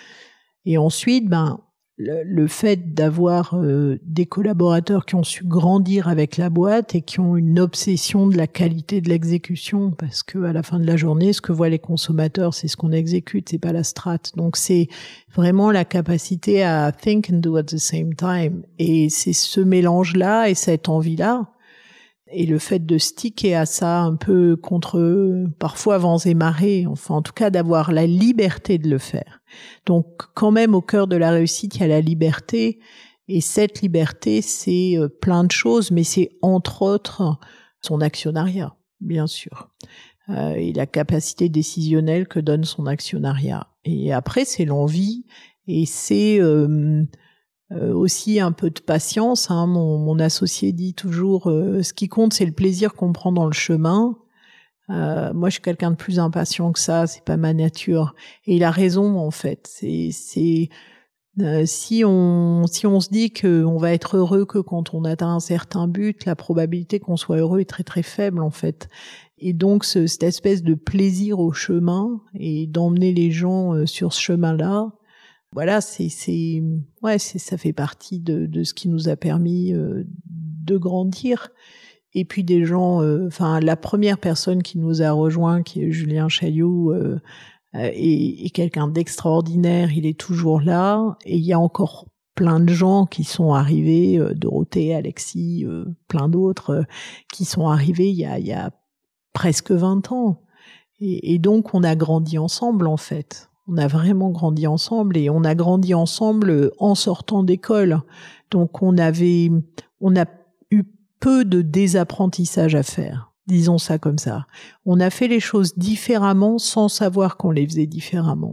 Et ensuite, ben le, le fait d'avoir euh, des collaborateurs qui ont su grandir avec la boîte et qui ont une obsession de la qualité de l'exécution, parce que à la fin de la journée, ce que voient les consommateurs, c'est ce qu'on exécute, c'est pas la strat. Donc c'est vraiment la capacité à think and do at the same time. Et c'est ce mélange-là et cette envie-là, et le fait de sticker à ça un peu contre parfois vents et marées, enfin en tout cas d'avoir la liberté de le faire. Donc quand même au cœur de la réussite, il y a la liberté, et cette liberté c'est plein de choses, mais c'est entre autres son actionnariat, bien sûr, euh, et la capacité décisionnelle que donne son actionnariat. Et après c'est l'envie, et c'est euh, Euh, aussi un peu de patience, hein. Mon, mon associé dit toujours euh, ce qui compte c'est le plaisir qu'on prend dans le chemin. Euh, moi je suis quelqu'un de plus impatient que ça, c'est pas ma nature, et il a raison en fait. C'est, c'est euh, si on si on se dit qu'on va être heureux que quand on atteint un certain but, la probabilité qu'on soit heureux est très très faible en fait. Et donc ce, cette espèce de plaisir au chemin et d'emmener les gens euh, sur ce chemin-là. Voilà, c'est, c'est, ouais, c'est, ça fait partie de, de ce qui nous a permis euh, de grandir. Et puis des gens, enfin, euh, la première personne qui nous a rejoint, qui est Julien Chailloux, euh, euh, est, est quelqu'un d'extraordinaire. Il est toujours là. Et il y a encore plein de gens qui sont arrivés, euh, Dorothée, Alexis, euh, plein d'autres, euh, qui sont arrivés il y a, il y a presque vingt ans. Et, et donc, on a grandi ensemble, en fait. On a vraiment grandi ensemble, et on a grandi ensemble en sortant d'école. Donc on avait, on a eu peu de désapprentissage à faire, disons ça comme ça. On a fait les choses différemment sans savoir qu'on les faisait différemment.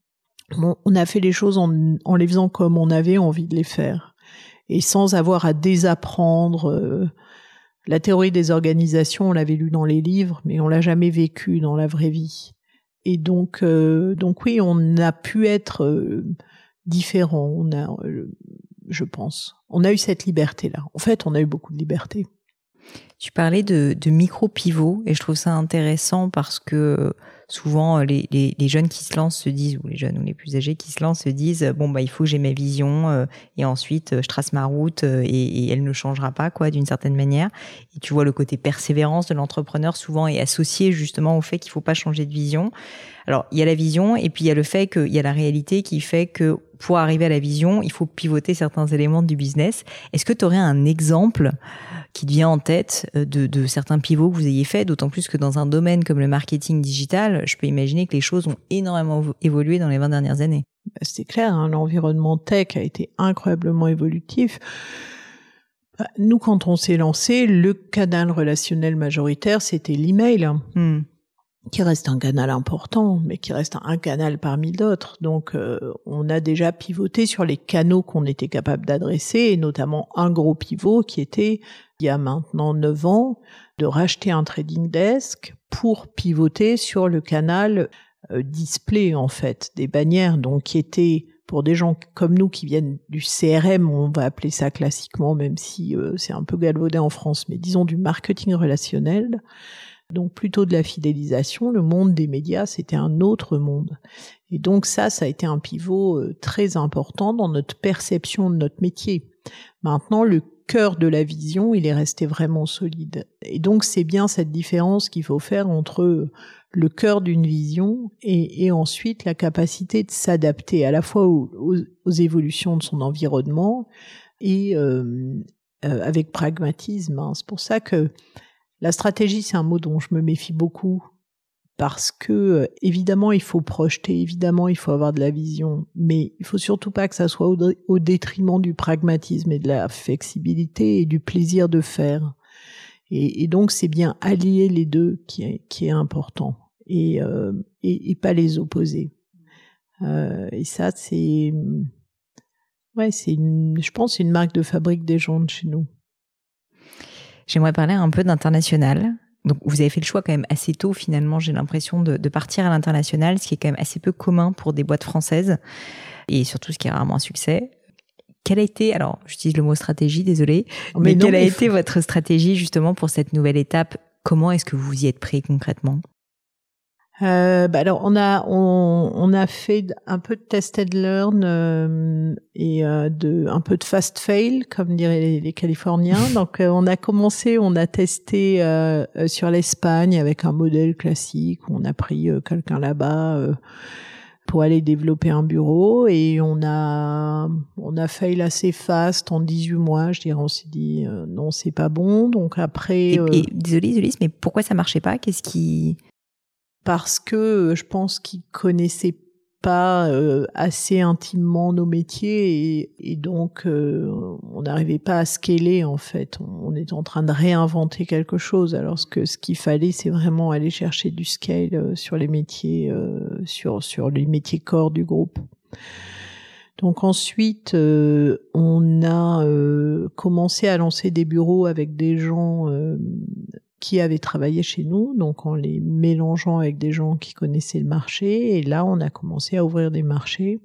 On a fait les choses en, en les faisant comme on avait envie de les faire, et sans avoir à désapprendre. Euh, la théorie des organisations, on l'avait lu dans les livres, mais on l'a jamais vécu dans la vraie vie. Et donc, euh, donc oui, on a pu être euh, différents. On a, euh, je pense, on a eu cette liberté-là. En fait, on a eu beaucoup de liberté. Tu parlais de, de micro-pivots, et je trouve ça intéressant parce que souvent les, les, les jeunes qui se lancent se disent, ou les jeunes ou les plus âgés qui se lancent se disent, bon bah il faut que j'ai ma vision euh, et ensuite euh, je trace ma route euh, et, et elle ne changera pas quoi d'une certaine manière. Et tu vois le côté persévérance de l'entrepreneur souvent est associé justement au fait qu'il faut pas changer de vision. Alors il y a la vision et puis il y a le fait qu'il y a la réalité qui fait que pour arriver à la vision, il faut pivoter certains éléments du business. Est-ce que tu aurais un exemple qui te vient en tête de, de certains pivots que vous ayez fait, d'autant plus que dans un domaine comme le marketing digital, je peux imaginer que les choses ont énormément évolué dans les vingt dernières années. C'est clair, hein, l'environnement tech a été incroyablement évolutif. Nous, quand on s'est lancé, le canal relationnel majoritaire, c'était l'email. Hmm. Qui reste un canal important, mais qui reste un canal parmi d'autres. Donc, euh, on a déjà pivoté sur les canaux qu'on était capable d'adresser, et notamment un gros pivot qui était, il y a maintenant neuf ans, de racheter un trading desk pour pivoter sur le canal euh, display, en fait, des bannières, donc qui étaient, pour des gens comme nous qui viennent du C R M, on va appeler ça classiquement, même si euh, c'est un peu galvaudé en France, mais disons du marketing relationnel, donc plutôt de la fidélisation. Le monde des médias, c'était un autre monde. Et donc ça, ça a été un pivot euh, très important dans notre perception de notre métier. Maintenant, le cœur de la vision, il est resté vraiment solide. Et donc, c'est bien cette différence qu'il faut faire entre le cœur d'une vision et, et ensuite la capacité de s'adapter à la fois aux, aux, aux évolutions de son environnement et euh, euh, avec pragmatisme. Hein. C'est pour ça que la stratégie, c'est un mot dont je me méfie beaucoup. Parce que, évidemment, il faut projeter, évidemment, il faut avoir de la vision, mais il faut surtout pas que ça soit au, au détriment du pragmatisme et de la flexibilité et du plaisir de faire. Et, et donc, c'est bien allier les deux qui est, qui est important et, euh, et, et pas les opposer. Euh, et ça, c'est, ouais, c'est une, je pense, c'est une marque de fabrique des gens de chez nous. J'aimerais parler un peu d'international. Donc, vous avez fait le choix quand même assez tôt, finalement, j'ai l'impression, de, de partir à l'international, ce qui est quand même assez peu commun pour des boîtes françaises, et surtout ce qui est rarement un succès. Quelle a été, alors, j'utilise le mot stratégie, désolée, mais, mais non, quelle a mais été faut... votre stratégie, justement, pour cette nouvelle étape? Comment est-ce que vous y êtes pris concrètement? Euh, bah alors on a on, on a fait un peu de test and learn euh, et euh, de un peu de fast fail comme diraient les, les Californiens. Donc euh, on a commencé, on a testé euh, sur l'Espagne avec un modèle classique où on a pris euh, quelqu'un là-bas euh, pour aller développer un bureau et on a on a fail assez fast en dix-huit mois. Je dirais on s'est dit euh, non c'est pas bon. Donc après et, euh, et désolée désolée mais pourquoi ça marchait pas? Qu'est-ce qui Parce que je pense qu'ils connaissaient pas euh, assez intimement nos métiers et, et donc euh, on n'arrivait pas à scaler en fait. On est en train de réinventer quelque chose alors que ce qu'il fallait c'est vraiment aller chercher du scale euh, sur les métiers euh, sur sur les métiers corps du groupe. Donc ensuite euh, on a euh, commencé à lancer des bureaux avec des gens euh, qui avaient travaillé chez nous, donc en les mélangeant avec des gens qui connaissaient le marché. Et là, on a commencé à ouvrir des marchés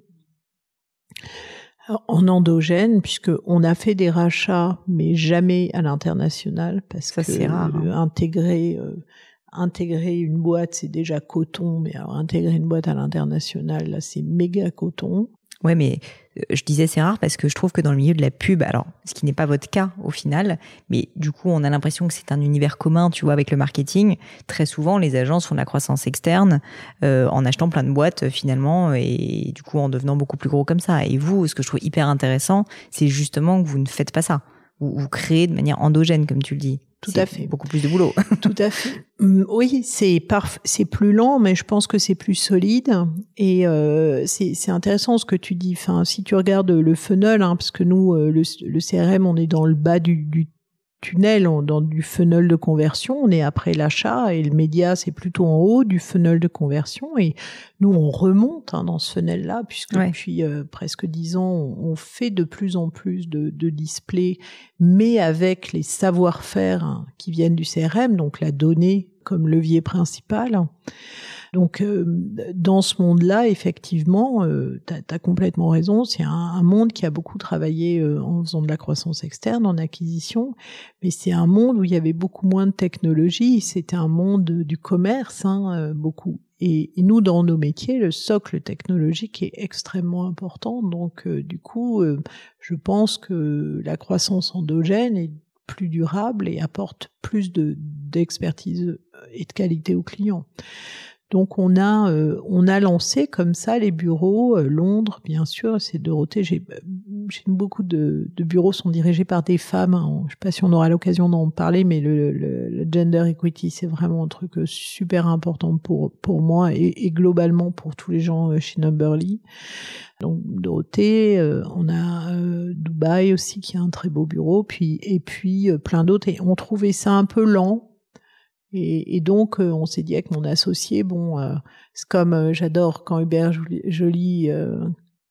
en endogène, puisqu'on a fait des rachats, mais jamais à l'international, parce ça, que c'est rare, hein. intégrer, euh, intégrer une boîte, c'est déjà coton, mais alors intégrer une boîte à l'international, là, c'est méga coton. Ouais, mais je disais c'est rare parce que je trouve que dans le milieu de la pub, alors ce qui n'est pas votre cas au final, mais du coup on a l'impression que c'est un univers commun, tu vois, avec le marketing. Très souvent, les agences font de la croissance externe euh, en achetant plein de boîtes finalement et du coup en devenant beaucoup plus gros comme ça. Et vous, ce que je trouve hyper intéressant, c'est justement que vous ne faites pas ça. Vous, vous créez de manière endogène, comme tu le dis. Tout c'est à fait. Beaucoup plus de boulot. Tout à fait. Oui, c'est parf- c'est plus lent, mais je pense que c'est plus solide. Et euh, c'est, c'est intéressant ce que tu dis. Enfin, si tu regardes le funnel, hein, parce que nous, euh, le, le C R M, on est dans le bas du, du tunnel, on, dans du funnel de conversion. On est après l'achat et le média, c'est plutôt en haut du funnel de conversion. Et nous, on remonte hein, dans ce funnel-là, puisque ouais. depuis euh, presque dix ans, on, on fait de plus en plus de, de displays, mais avec les savoir-faire hein, qui viennent du C R M, donc la donnée comme levier principal. Donc, euh, dans ce monde-là, effectivement, euh, t'as, t'as complètement raison. C'est un, un monde qui a beaucoup travaillé euh, en faisant de la croissance externe, en acquisition, mais c'est un monde où il y avait beaucoup moins de technologie. C'était un monde du commerce, hein, euh, beaucoup. Et, et nous, dans nos métiers, le socle technologique est extrêmement important. Donc, euh, du coup, euh, je pense que la croissance endogène est plus durable et apporte plus de, d'expertise et de qualité aux clients. Donc on a euh, on a lancé comme ça les bureaux euh, Londres bien sûr, c'est Dorothée, j'ai, j'ai beaucoup de, de bureaux sont dirigés par des femmes, hein. Je sais pas si on aura l'occasion d'en parler, mais le, le, le gender equity c'est vraiment un truc super important pour pour moi et, et globalement pour tous les gens chez Numberly. Donc Dorothée, euh, on a euh, Dubaï aussi qui a un très beau bureau, puis et puis euh, plein d'autres et on trouvait ça un peu lent. Et, et donc, euh, on s'est dit avec mon associé, bon, euh, c'est comme euh, j'adore quand Hubert Joly, euh,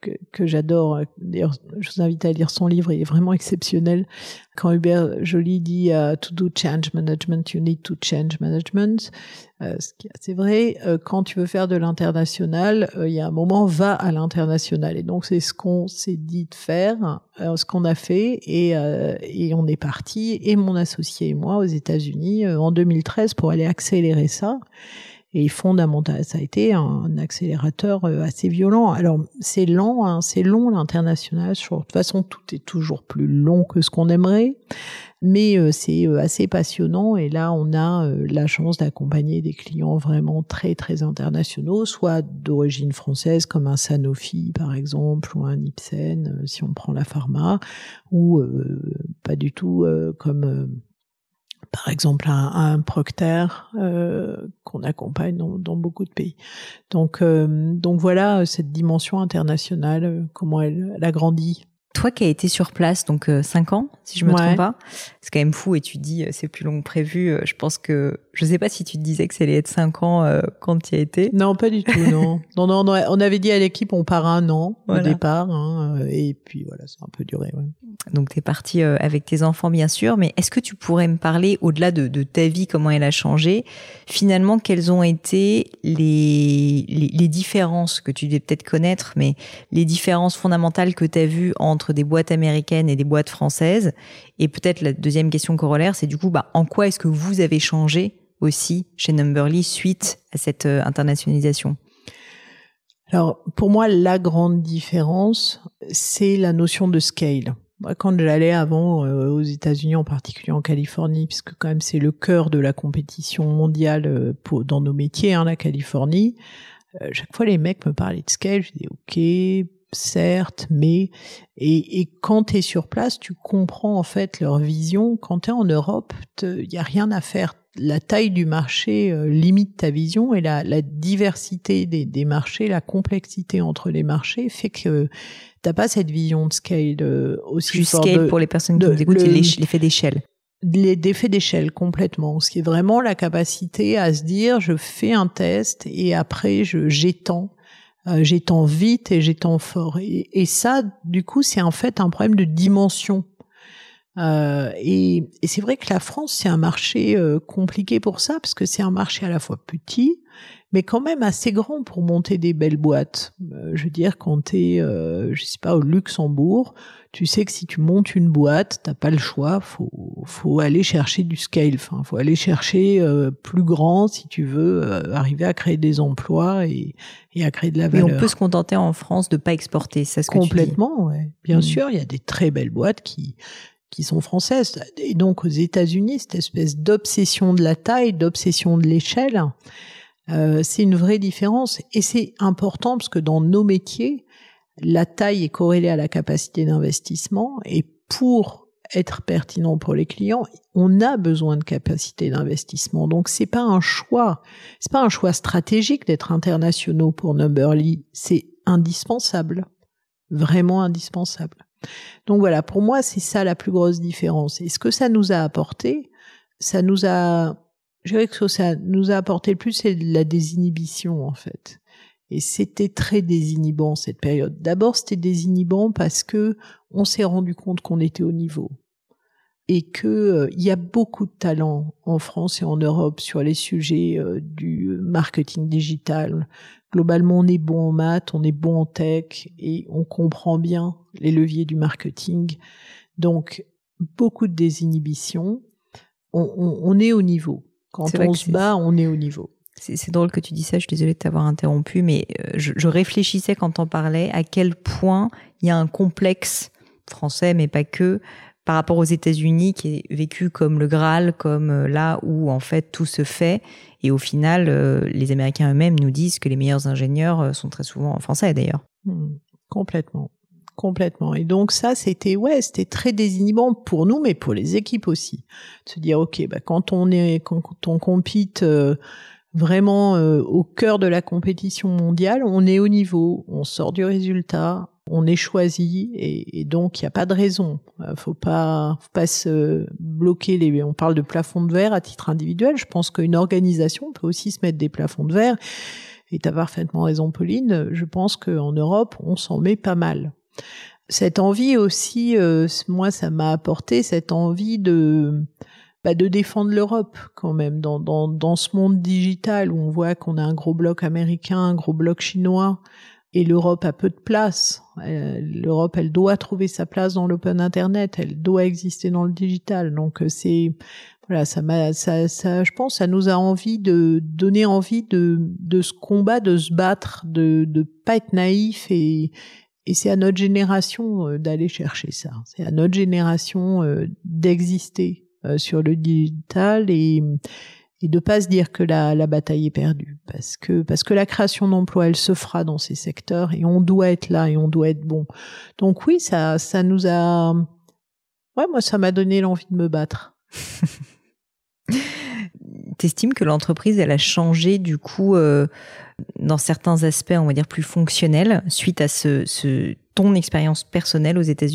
que, que j'adore. D'ailleurs, je vous invite à lire son livre, il est vraiment exceptionnel. Quand Hubert Joly dit uh, « To do change management, you need to change management euh, », ce qui est assez vrai. Euh, quand tu veux faire de l'international, euh, il y a un moment, va à l'international. Et donc, c'est ce qu'on s'est dit de faire, euh, ce qu'on a fait, et, euh, et on est parti, et mon associé et moi, aux États-Unis, euh, en deux mille treize, pour aller accélérer ça. Et fondamental, ça a été un accélérateur assez violent. Alors, c'est lent, hein, c'est long l'international. De toute façon, tout est toujours plus long que ce qu'on aimerait, mais euh, c'est assez passionnant. Et là, on a euh, la chance d'accompagner des clients vraiment très, très internationaux, soit d'origine française, comme un Sanofi, par exemple, ou un Ipsen, euh, si on prend la pharma, ou euh, pas du tout euh, comme... Euh, par exemple un, un Procter euh, qu'on accompagne dans, dans beaucoup de pays. Donc, euh, donc voilà cette dimension internationale, euh, comment elle, elle a grandi. Toi qui as été sur place, donc euh, cinq ans, si je me ouais. trompe pas, c'est quand même fou et tu dis euh, c'est plus long que prévu. Euh, je pense que, je sais pas si tu te disais que ça allait être cinq ans euh, quand tu y as été. Non, pas du tout, non. non, non, non. On avait dit à l'équipe on part un an voilà. au départ, hein, et puis voilà, ça a un peu duré. Ouais. Donc t'es parti euh, avec tes enfants bien sûr, mais est-ce que tu pourrais me parler au-delà de, de ta vie, comment elle a changé, finalement quelles ont été les, les, les différences que tu devais peut-être connaître, mais les différences fondamentales que tu as vues entre des boîtes américaines et des boîtes françaises, et peut-être la deuxième question corollaire, c'est du coup bah, en quoi est-ce que vous avez changé aussi chez Numberly suite à cette euh, internationalisation? Alors pour moi la grande différence c'est la notion de scale. Quand j'allais avant euh, aux États-Unis, en particulier en Californie, puisque quand même c'est le cœur de la compétition mondiale euh, pour, dans nos métiers, hein, la Californie, euh, chaque fois les mecs me parlaient de scale, je disais ok, certes, mais... Et, et quand tu es sur place, tu comprends en fait leur vision. Quand tu es en Europe, il n'y a rien à faire. La taille du marché euh, limite ta vision et la, la diversité des, des marchés, la complexité entre les marchés fait que t'as pas cette vision de scale euh, aussi Plus forte. Scale de, pour les personnes qui de, nous écoutent, le, c'est l'effet d'échelle. L'effet d'échelle complètement, ce qui est vraiment la capacité à se dire je fais un test et après je j'étends. Euh, j'étends vite et j'étends fort. Et, et ça, du coup, c'est en fait un problème de dimension. Euh, et, et c'est vrai que la France, c'est un marché euh, compliqué pour ça, parce que c'est un marché à la fois petit, mais quand même assez grand pour monter des belles boîtes. Euh, je veux dire, quand t'es, euh, je sais pas, au Luxembourg, tu sais que si tu montes une boîte, t'as pas le choix, faut, faut aller chercher du scale, enfin, faut aller chercher euh, plus grand si tu veux euh, arriver à créer des emplois et, et à créer de la valeur. Mais on peut se contenter en France de pas exporter, c'est ce que tu dis. Complètement, ouais. Bien mmh. sûr, il y a des très belles boîtes qui qui sont françaises. Et donc aux États-Unis, cette espèce d'obsession de la taille, d'obsession de l'échelle, euh, c'est une vraie différence. Et c'est important parce que dans nos métiers, la taille est corrélée à la capacité d'investissement. Et pour être pertinent pour les clients, on a besoin de capacité d'investissement. Donc c'est pas un choix, c'est pas un choix stratégique d'être internationaux pour Numberly. C'est indispensable, vraiment indispensable. Donc voilà, pour moi, c'est ça la plus grosse différence. Et ce que ça nous a apporté, ça nous a, je dirais que ce que ça nous a apporté le plus, c'est de la désinhibition, en fait. Et c'était très désinhibant, cette période. D'abord, c'était désinhibant parce que on s'est rendu compte qu'on était au niveau. Et que euh, il y a beaucoup de talents en France et en Europe sur les sujets euh, du marketing digital. Globalement, on est bon en maths, on est bon en tech et on comprend bien les leviers du marketing. Donc, beaucoup de désinhibition. On, on, on est au niveau. Quand on se bat, on est au niveau. C'est, c'est drôle que tu dis ça, je suis désolée de t'avoir interrompu, mais je, je réfléchissais quand t'en parlais à quel point il y a un complexe français, mais pas que, par rapport aux États-Unis, qui est vécu comme le Graal, comme là où en fait tout se fait. Et au final, euh, les Américains eux-mêmes nous disent que les meilleurs ingénieurs sont très souvent français d'ailleurs. Mmh, complètement, complètement. Et donc ça, c'était ouais, c'était très désinhibant pour nous, mais pour les équipes aussi. De se dire ok, bah quand on est, quand on compite euh, vraiment euh, au cœur de la compétition mondiale, on est au niveau, on sort du résultat. On est choisi et, et donc il n'y a pas de raison. Euh, faut pas, faut pas se bloquer les. On parle de plafond de verre à titre individuel. Je pense qu'une organisation peut aussi se mettre des plafonds de verre. Et tu as parfaitement raison, Pauline, je pense qu'en Europe, on s'en met pas mal. Cette envie aussi, euh, moi, ça m'a apporté cette envie de, bah, de défendre l'Europe quand même. Dans, dans, dans ce monde digital où on voit qu'on a un gros bloc américain, un gros bloc chinois, et l'Europe a peu de place. Euh, L'Europe, elle doit trouver sa place dans l'open Internet, elle doit exister dans le digital. Donc c'est, voilà, ça m'a, ça, ça, je pense, ça nous a envie de donner envie de, de ce combat, de se battre, de, de pas être naïf et Et c'est à notre génération euh, d'aller chercher ça. C'est à notre génération euh, d'exister euh, sur le digital et, et de pas se dire que la, la bataille est perdue. Parce que, parce que la création d'emplois, elle se fera dans ces secteurs et on doit être là et on doit être bon. Donc oui, ça, ça nous a, ouais, moi, ça m'a donné l'envie de me battre. T'estimes que l'entreprise, elle a changé du coup euh, dans certains aspects, on va dire plus fonctionnels, suite à ce, ce ton expérience personnelle aux États-Unis ?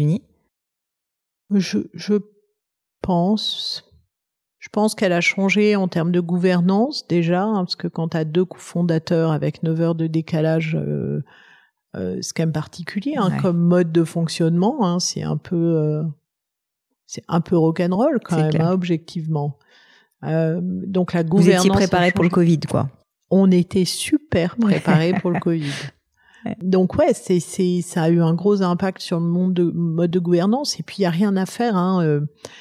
Je, je pense, je pense qu'elle a changé en termes de gouvernance déjà, hein, parce que quand tu as deux cofondateurs avec neuf heures de décalage, euh, euh, c'est quand même particulier hein, ouais. Comme mode de fonctionnement. Hein, c'est un peu, euh, c'est un peu rock'n'roll quand c'est même, hein, objectivement. Euh, donc la gouvernance. Vous étiez préparé pour le Covid, quoi. On était super préparé pour le Covid. Ouais. Donc ouais, c'est c'est ça a eu un gros impact sur le monde de mode de gouvernance. Et puis il y a rien à faire. Hein, euh,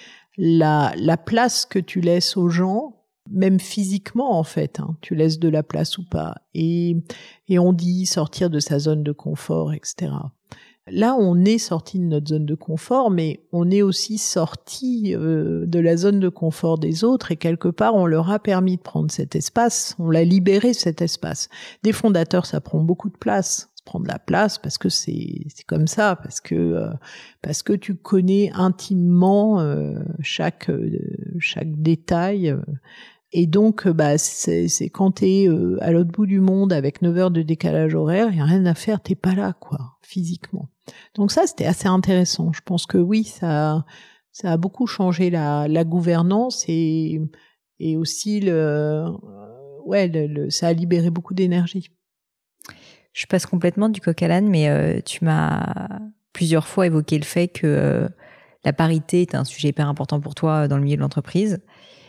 la la place que tu laisses aux gens, même physiquement en fait, hein, tu laisses de la place ou pas. Et et on dit sortir de sa zone de confort, et cetera. Là, on est sorti de notre zone de confort, mais on est aussi sorti euh, de la zone de confort des autres et quelque part, on leur a permis de prendre cet espace, on l'a libéré cet espace. Des fondateurs, ça prend beaucoup de place, ça prend de la place parce que c'est c'est comme ça, parce que euh, parce que tu connais intimement euh, chaque euh, chaque détail. Euh, Et donc, bah, c'est, c'est quand t'es euh, à l'autre bout du monde avec neuf heures de décalage horaire, il y a rien à faire, t'es pas là, quoi, physiquement. Donc ça, c'était assez intéressant. Je pense que oui, ça, ça a beaucoup changé la, la gouvernance et, et aussi le, euh, ouais, le, le, ça a libéré beaucoup d'énergie. Je passe complètement du coq à l'âne, mais euh, tu m'as plusieurs fois évoqué le fait que euh, la parité est un sujet hyper important pour toi dans le milieu de l'entreprise.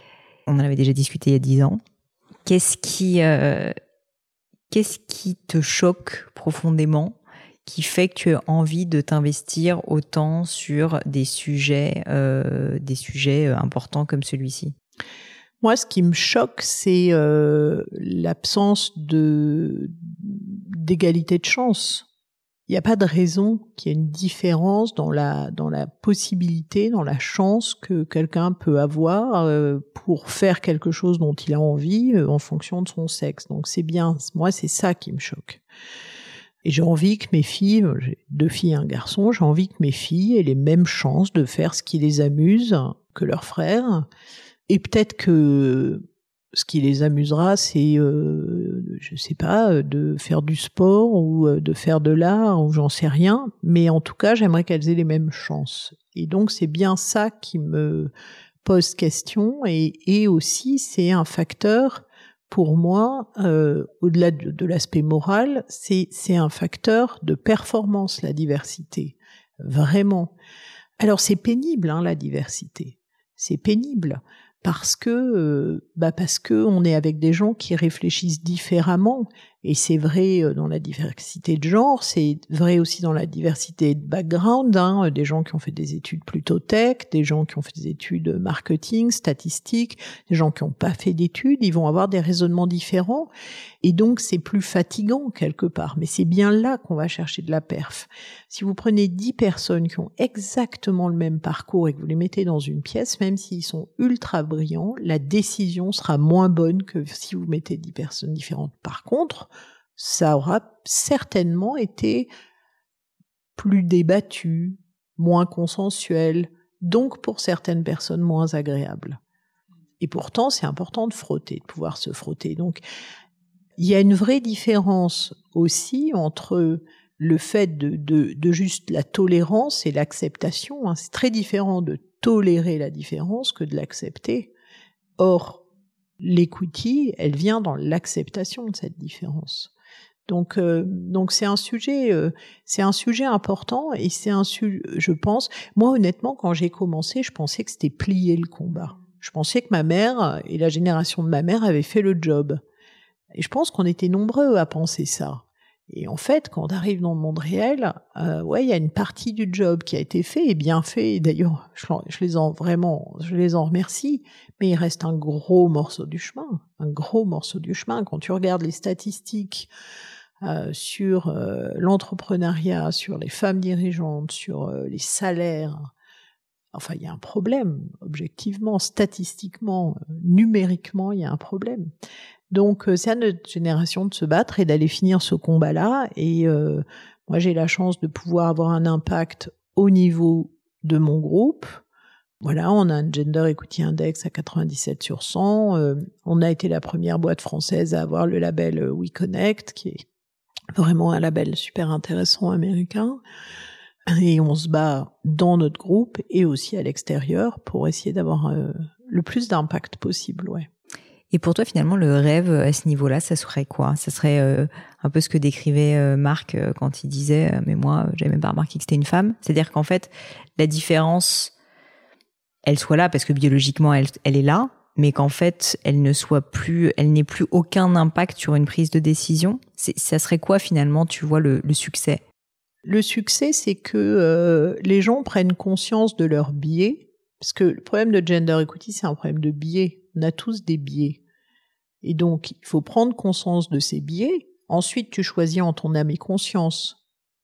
On en avait déjà discuté il y a dix ans. Qu'est-ce qui, euh, qu'est-ce qui te choque profondément, qui fait que tu as envie de t'investir autant sur des sujets, euh, des sujets importants comme celui-ci ? Moi, ce qui me choque, c'est euh, l'absence de d'égalité de chance. Il n'y a pas de raison qu'il y ait une différence dans la dans la possibilité, dans la chance que quelqu'un peut avoir euh, pour faire quelque chose dont il a envie euh, en fonction de son sexe. Donc c'est bien, moi c'est ça qui me choque. Et j'ai envie que mes filles, j'ai deux filles et un garçon, j'ai envie que mes filles aient les mêmes chances de faire ce qui les amuse que leurs frères. Et peut-être que ce qui les amusera, c'est, euh, je sais pas, de faire du sport ou de faire de l'art ou j'en sais rien. Mais en tout cas, j'aimerais qu'elles aient les mêmes chances. Et donc, c'est bien ça qui me pose question. Et, et aussi, c'est un facteur, pour moi, euh, au-delà de, de l'aspect moral, c'est, c'est un facteur de performance, la diversité. Vraiment. Alors, c'est pénible, hein, la diversité. C'est pénible. Parce que, euh, bah parce que on est avec des gens qui réfléchissent différemment, et c'est vrai dans la diversité de genre, c'est vrai aussi dans la diversité de background, hein, des gens qui ont fait des études plutôt tech, des gens qui ont fait des études marketing, statistiques, des gens qui n'ont pas fait d'études, ils vont avoir des raisonnements différents, et donc c'est plus fatigant quelque part, mais c'est bien là qu'on va chercher de la perf. Si vous prenez dix personnes qui ont exactement le même parcours et que vous les mettez dans une pièce, même s'ils sont ultra brillants, la décision sera moins bonne que si vous mettez dix personnes différentes. Par contre, ça aura certainement été plus débattu, moins consensuel, donc pour certaines personnes moins agréable. Et pourtant, c'est important de frotter, de pouvoir se frotter. Donc, il y a une vraie différence aussi entre le fait de, de, de juste la tolérance et l'acceptation. Hein. C'est très différent de tolérer la différence que de l'accepter. Or, l'equity, elle vient dans l'acceptation de cette différence. Donc, euh, donc c'est un sujet, euh, c'est un sujet important et c'est un sujet, je pense. Moi, honnêtement, quand j'ai commencé, je pensais que c'était plier le combat. Je pensais que ma mère et la génération de ma mère avaient fait le job. Et je pense qu'on était nombreux à penser ça. Et en fait, quand on arrive dans le monde réel, euh, ouais, il y a une partie du job qui a été fait et bien fait. Et d'ailleurs, je, je les en vraiment, je les en remercie. Mais il reste un gros morceau du chemin, un gros morceau du chemin. Quand tu regardes les statistiques euh, sur euh, l'entrepreneuriat, sur les femmes dirigeantes, sur euh, les salaires, enfin, il y a un problème. Objectivement, statistiquement, euh, numériquement, il y a un problème. Donc, euh, c'est à notre génération de se battre et d'aller finir ce combat-là. Et euh, moi, j'ai la chance de pouvoir avoir un impact au niveau de mon groupe. Voilà, on a un Gender Equity Index à quatre-vingt-dix-sept sur cent. Euh, on a été la première boîte française à avoir le label WeConnect, qui est vraiment un label super intéressant américain. Et on se bat dans notre groupe et aussi à l'extérieur pour essayer d'avoir euh, le plus d'impact possible, ouais. Et pour toi, finalement, le rêve à ce niveau-là, ça serait quoi? Ça serait euh, un peu ce que décrivait euh, Marc euh, quand il disait euh, « mais moi, j'avais même pas remarqué que c'était une femme ». C'est-à-dire qu'en fait, la différence, elle soit là parce que biologiquement, elle, elle est là, mais qu'en fait, elle ne soit plus, elle n'ait plus aucun impact sur une prise de décision. C'est, ça serait quoi, finalement, tu vois, le, le succès? Le succès, c'est que euh, les gens prennent conscience de leurs biais, parce que le problème de Gender Equity, c'est un problème de biais. On a tous des biais. Et donc, il faut prendre conscience de ces biais. Ensuite, tu choisis en ton âme et conscience.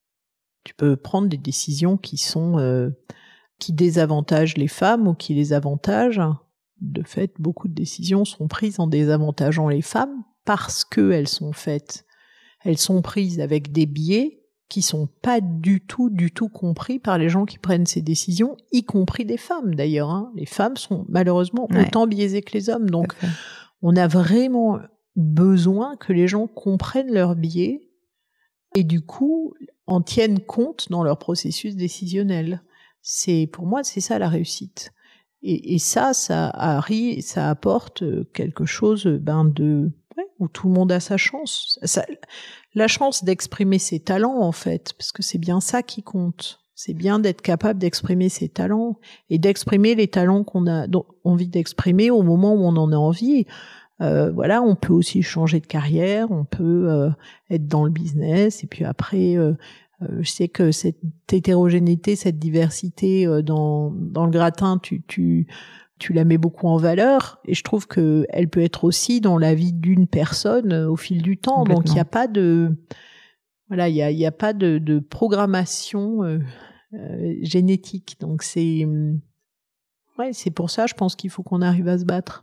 Tu peux prendre des décisions qui sont euh, qui désavantagent les femmes ou qui les avantagent. De fait, beaucoup de décisions sont prises en désavantageant les femmes parce qu'elles sont faites. Elles sont prises avec des biais qui sont pas du tout, du tout compris par les gens qui prennent ces décisions, y compris des femmes d'ailleurs. Hein. Les femmes sont malheureusement ouais. autant biaisées que les hommes. Donc, okay. on a vraiment besoin que les gens comprennent leurs biais et du coup en tiennent compte dans leur processus décisionnel. C'est, pour moi, c'est ça la réussite. Et, et ça, ça arrive, ça apporte quelque chose ben de ouais, où tout le monde a sa chance. Ça, la chance d'exprimer ses talents, en fait, parce que c'est bien ça qui compte. C'est bien d'être capable d'exprimer ses talents et d'exprimer les talents qu'on a envie d'exprimer au moment où on en a envie. Euh, voilà, on peut aussi changer de carrière, on peut euh, être dans le business et puis après, euh, euh, je sais que cette hétérogénéité, cette diversité euh, dans dans le gratin, tu tu tu la mets beaucoup en valeur et je trouve que elle peut être aussi dans la vie d'une personne euh, au fil du temps. Donc il n'y a pas de voilà, il y a il y a pas de, de programmation euh, euh, génétique. Donc c'est ouais, c'est pour ça, je pense qu'il faut qu'on arrive à se battre.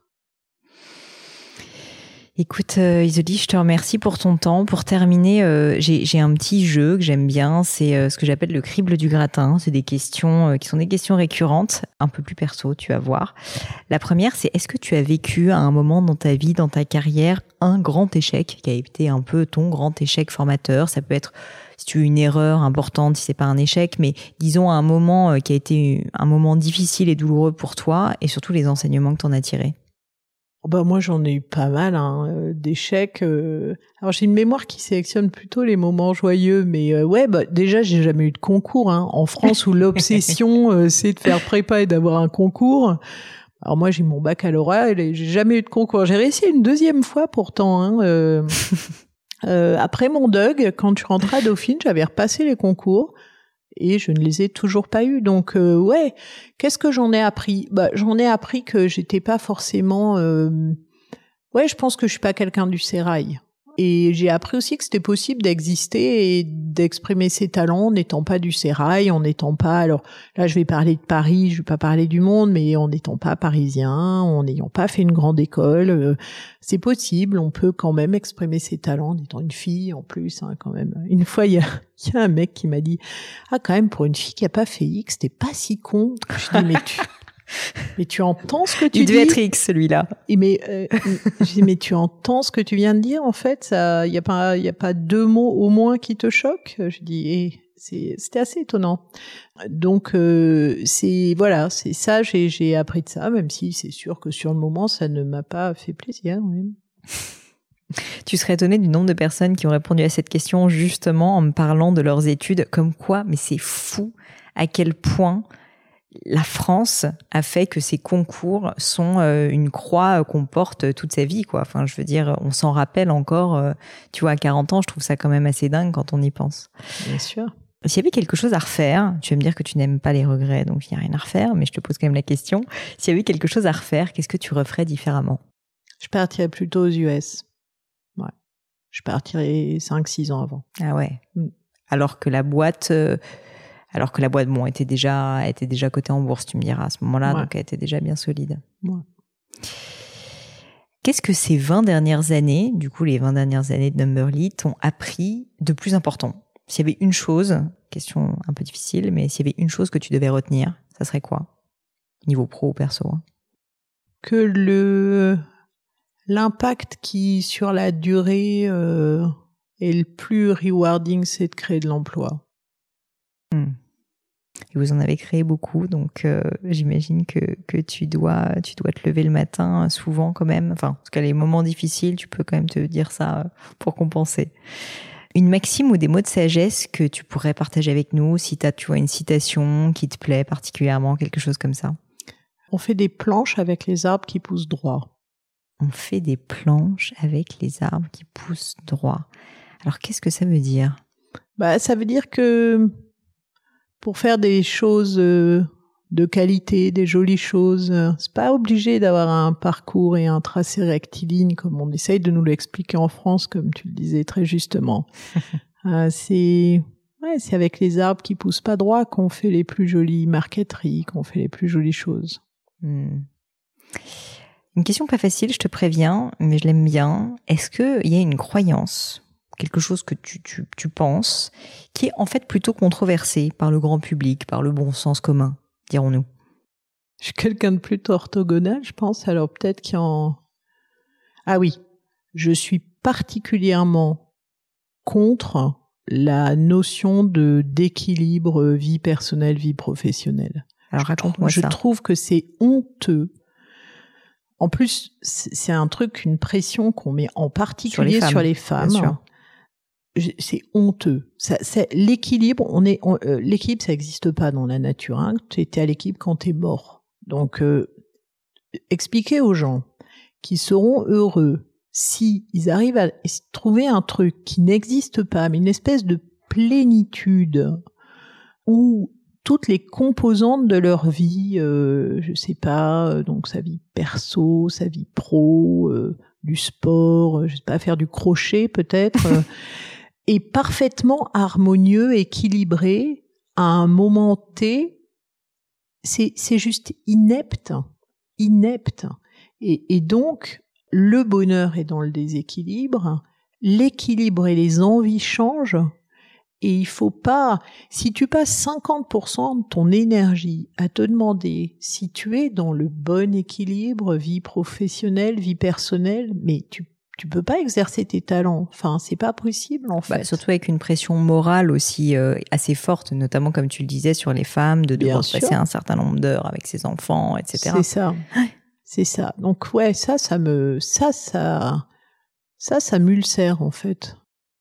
Écoute, euh, Isolde, je te remercie pour ton temps. Pour terminer, euh, j'ai, j'ai un petit jeu que j'aime bien. C'est euh, ce que j'appelle le crible du gratin. C'est des questions euh, qui sont des questions récurrentes, un peu plus perso, tu vas voir. La première, c'est est-ce que tu as vécu à un moment dans ta vie, dans ta carrière, un grand échec qui a été un peu ton grand échec formateur? Ça peut être, si tu as une erreur importante, si c'est pas un échec, mais disons un moment qui a été un moment difficile et douloureux pour toi et surtout les enseignements que tu en as tirés. Bah moi j'en ai eu pas mal hein, euh, d'échecs. Euh... Alors j'ai une mémoire qui sélectionne plutôt les moments joyeux, mais euh, ouais bah déjà j'ai jamais eu de concours hein. En France où l'obsession euh, c'est de faire prépa et d'avoir un concours. Alors moi j'ai mon baccalauréat et j'ai jamais eu de concours. J'ai réussi une deuxième fois pourtant. Hein, euh... euh, après mon D U G, quand je rentrais à Dauphine, j'avais repassé les concours. Et je ne les ai toujours pas eus. Donc, euh, ouais, qu'est-ce que j'en ai appris? Bah, j'en ai appris que j'étais pas forcément... Euh... Ouais, je pense que je suis pas quelqu'un du sérail. Et j'ai appris aussi que c'était possible d'exister et d'exprimer ses talents en n'étant pas du sérail, en n'étant pas... Alors là, je vais parler de Paris, je vais pas parler du monde, mais en n'étant pas parisien, en n'ayant pas fait une grande école. Euh, c'est possible, on peut quand même exprimer ses talents en étant une fille en plus, hein, quand même. Une fois, il y a, il y a un mec qui m'a dit « Ah, quand même, pour une fille qui a pas fait X, t'es pas si con. » Je dis « Mais tu... » Mais tu entends ce que tu dis? Il devait dis? être X, celui-là. Et mais, euh, je dis, mais tu entends ce que tu viens de dire, en fait? Ça, y a pas, y a pas deux mots au moins qui te choquent? Je dis, et c'est, c'était assez étonnant. Donc, euh, c'est, voilà, c'est ça, j'ai, j'ai appris de ça, même si c'est sûr que sur le moment, ça ne m'a pas fait plaisir, oui. Tu serais étonné du nombre de personnes qui ont répondu à cette question justement en me parlant de leurs études, comme quoi, mais c'est fou à quel point la France a fait que ces concours sont euh, une croix qu'on porte toute sa vie, quoi. Enfin, je veux dire, on s'en rappelle encore, euh, tu vois, à quarante ans, je trouve ça quand même assez dingue quand on y pense. Bien sûr. S'il y avait quelque chose à refaire, tu vas me dire que tu n'aimes pas les regrets, donc il n'y a rien à refaire, mais je te pose quand même la question. S'il y avait quelque chose à refaire, qu'est-ce que tu referais différemment? Je partirais plutôt aux U S. Ouais. Je partirais cinq six ans avant. Ah ouais. Mm. Alors que la boîte... Euh, Alors que la boîte, bon, était déjà, était déjà cotée en bourse, tu me diras, à ce moment-là, ouais. Donc elle était déjà bien solide. Ouais. Qu'est-ce que ces vingt dernières années, du coup les vingt dernières années de Numberly, t'ont appris de plus important? S'il y avait une chose, question un peu difficile, mais s'il y avait une chose que tu devais retenir, ça serait quoi? Niveau pro ou perso? Hein. Que le l'impact qui, sur la durée, euh, est le plus rewarding, c'est de créer de l'emploi. Hmm. Et vous en avez créé beaucoup, donc euh, j'imagine que, que tu, dois, tu dois te lever le matin souvent quand même. Enfin, en tout cas, les moments difficiles, tu peux quand même te dire ça pour compenser. Une maxime ou des mots de sagesse que tu pourrais partager avec nous, si tu as tu vois, une citation qui te plaît particulièrement, quelque chose comme ça. On fait des planches avec les arbres qui poussent droit. On fait des planches avec les arbres qui poussent droit. Alors, qu'est-ce que ça veut dire? Bah, ça veut dire que pour faire des choses de qualité, des jolies choses, c'est pas obligé d'avoir un parcours et un tracé rectiligne comme on essaye de nous l'expliquer en France, comme tu le disais très justement. euh, c'est, ouais, c'est avec les arbres qui poussent pas droit qu'on fait les plus jolies marqueteries, qu'on fait les plus jolies choses. Hmm. Une question pas facile, je te préviens, mais je l'aime bien. Est-ce qu'il y a une croyance, quelque chose que tu, tu, tu penses, qui est en fait plutôt controversé par le grand public, par le bon sens commun, dirons-nous? Je suis quelqu'un de plutôt orthogonal, je pense, alors peut-être qu'il y en... Ah oui, je suis particulièrement contre la notion de d'équilibre vie personnelle, vie professionnelle. Alors raconte-moi je ça. Je trouve que c'est honteux. En plus, c'est un truc, une pression qu'on met en particulier sur les femmes. Sur les femmes. Bien sûr. C'est honteux. Ça, c'est l'équilibre. On est, on, euh, l'équilibre, ça n'existe pas dans la nature. Hein. Tu es à l'équilibre quand t'es mort. Donc, euh, expliquer aux gens qui seront heureux si ils arrivent à trouver un truc qui n'existe pas, mais une espèce de plénitude où toutes les composantes de leur vie, euh, je sais pas, donc sa vie perso, sa vie pro, euh, du sport, je sais pas, faire du crochet peut-être. Est parfaitement harmonieux, équilibré à un moment T. C'est, c'est juste inepte, inepte. Et, et donc, le bonheur est dans le déséquilibre, l'équilibre et les envies changent, et il faut pas, si tu passes cinquante pour cent de ton énergie à te demander si tu es dans le bon équilibre, vie professionnelle, vie personnelle, mais tu Tu peux pas exercer tes talents. Enfin, c'est pas possible, en fait. Bah, surtout avec une pression morale aussi euh, assez forte, notamment, comme tu le disais, sur les femmes, de devoir passer un certain nombre d'heures avec ses enfants, et cetera. C'est ça. C'est ça. Donc, ouais, ça, ça me, ça, ça, ça, ça m'ulcère, en fait.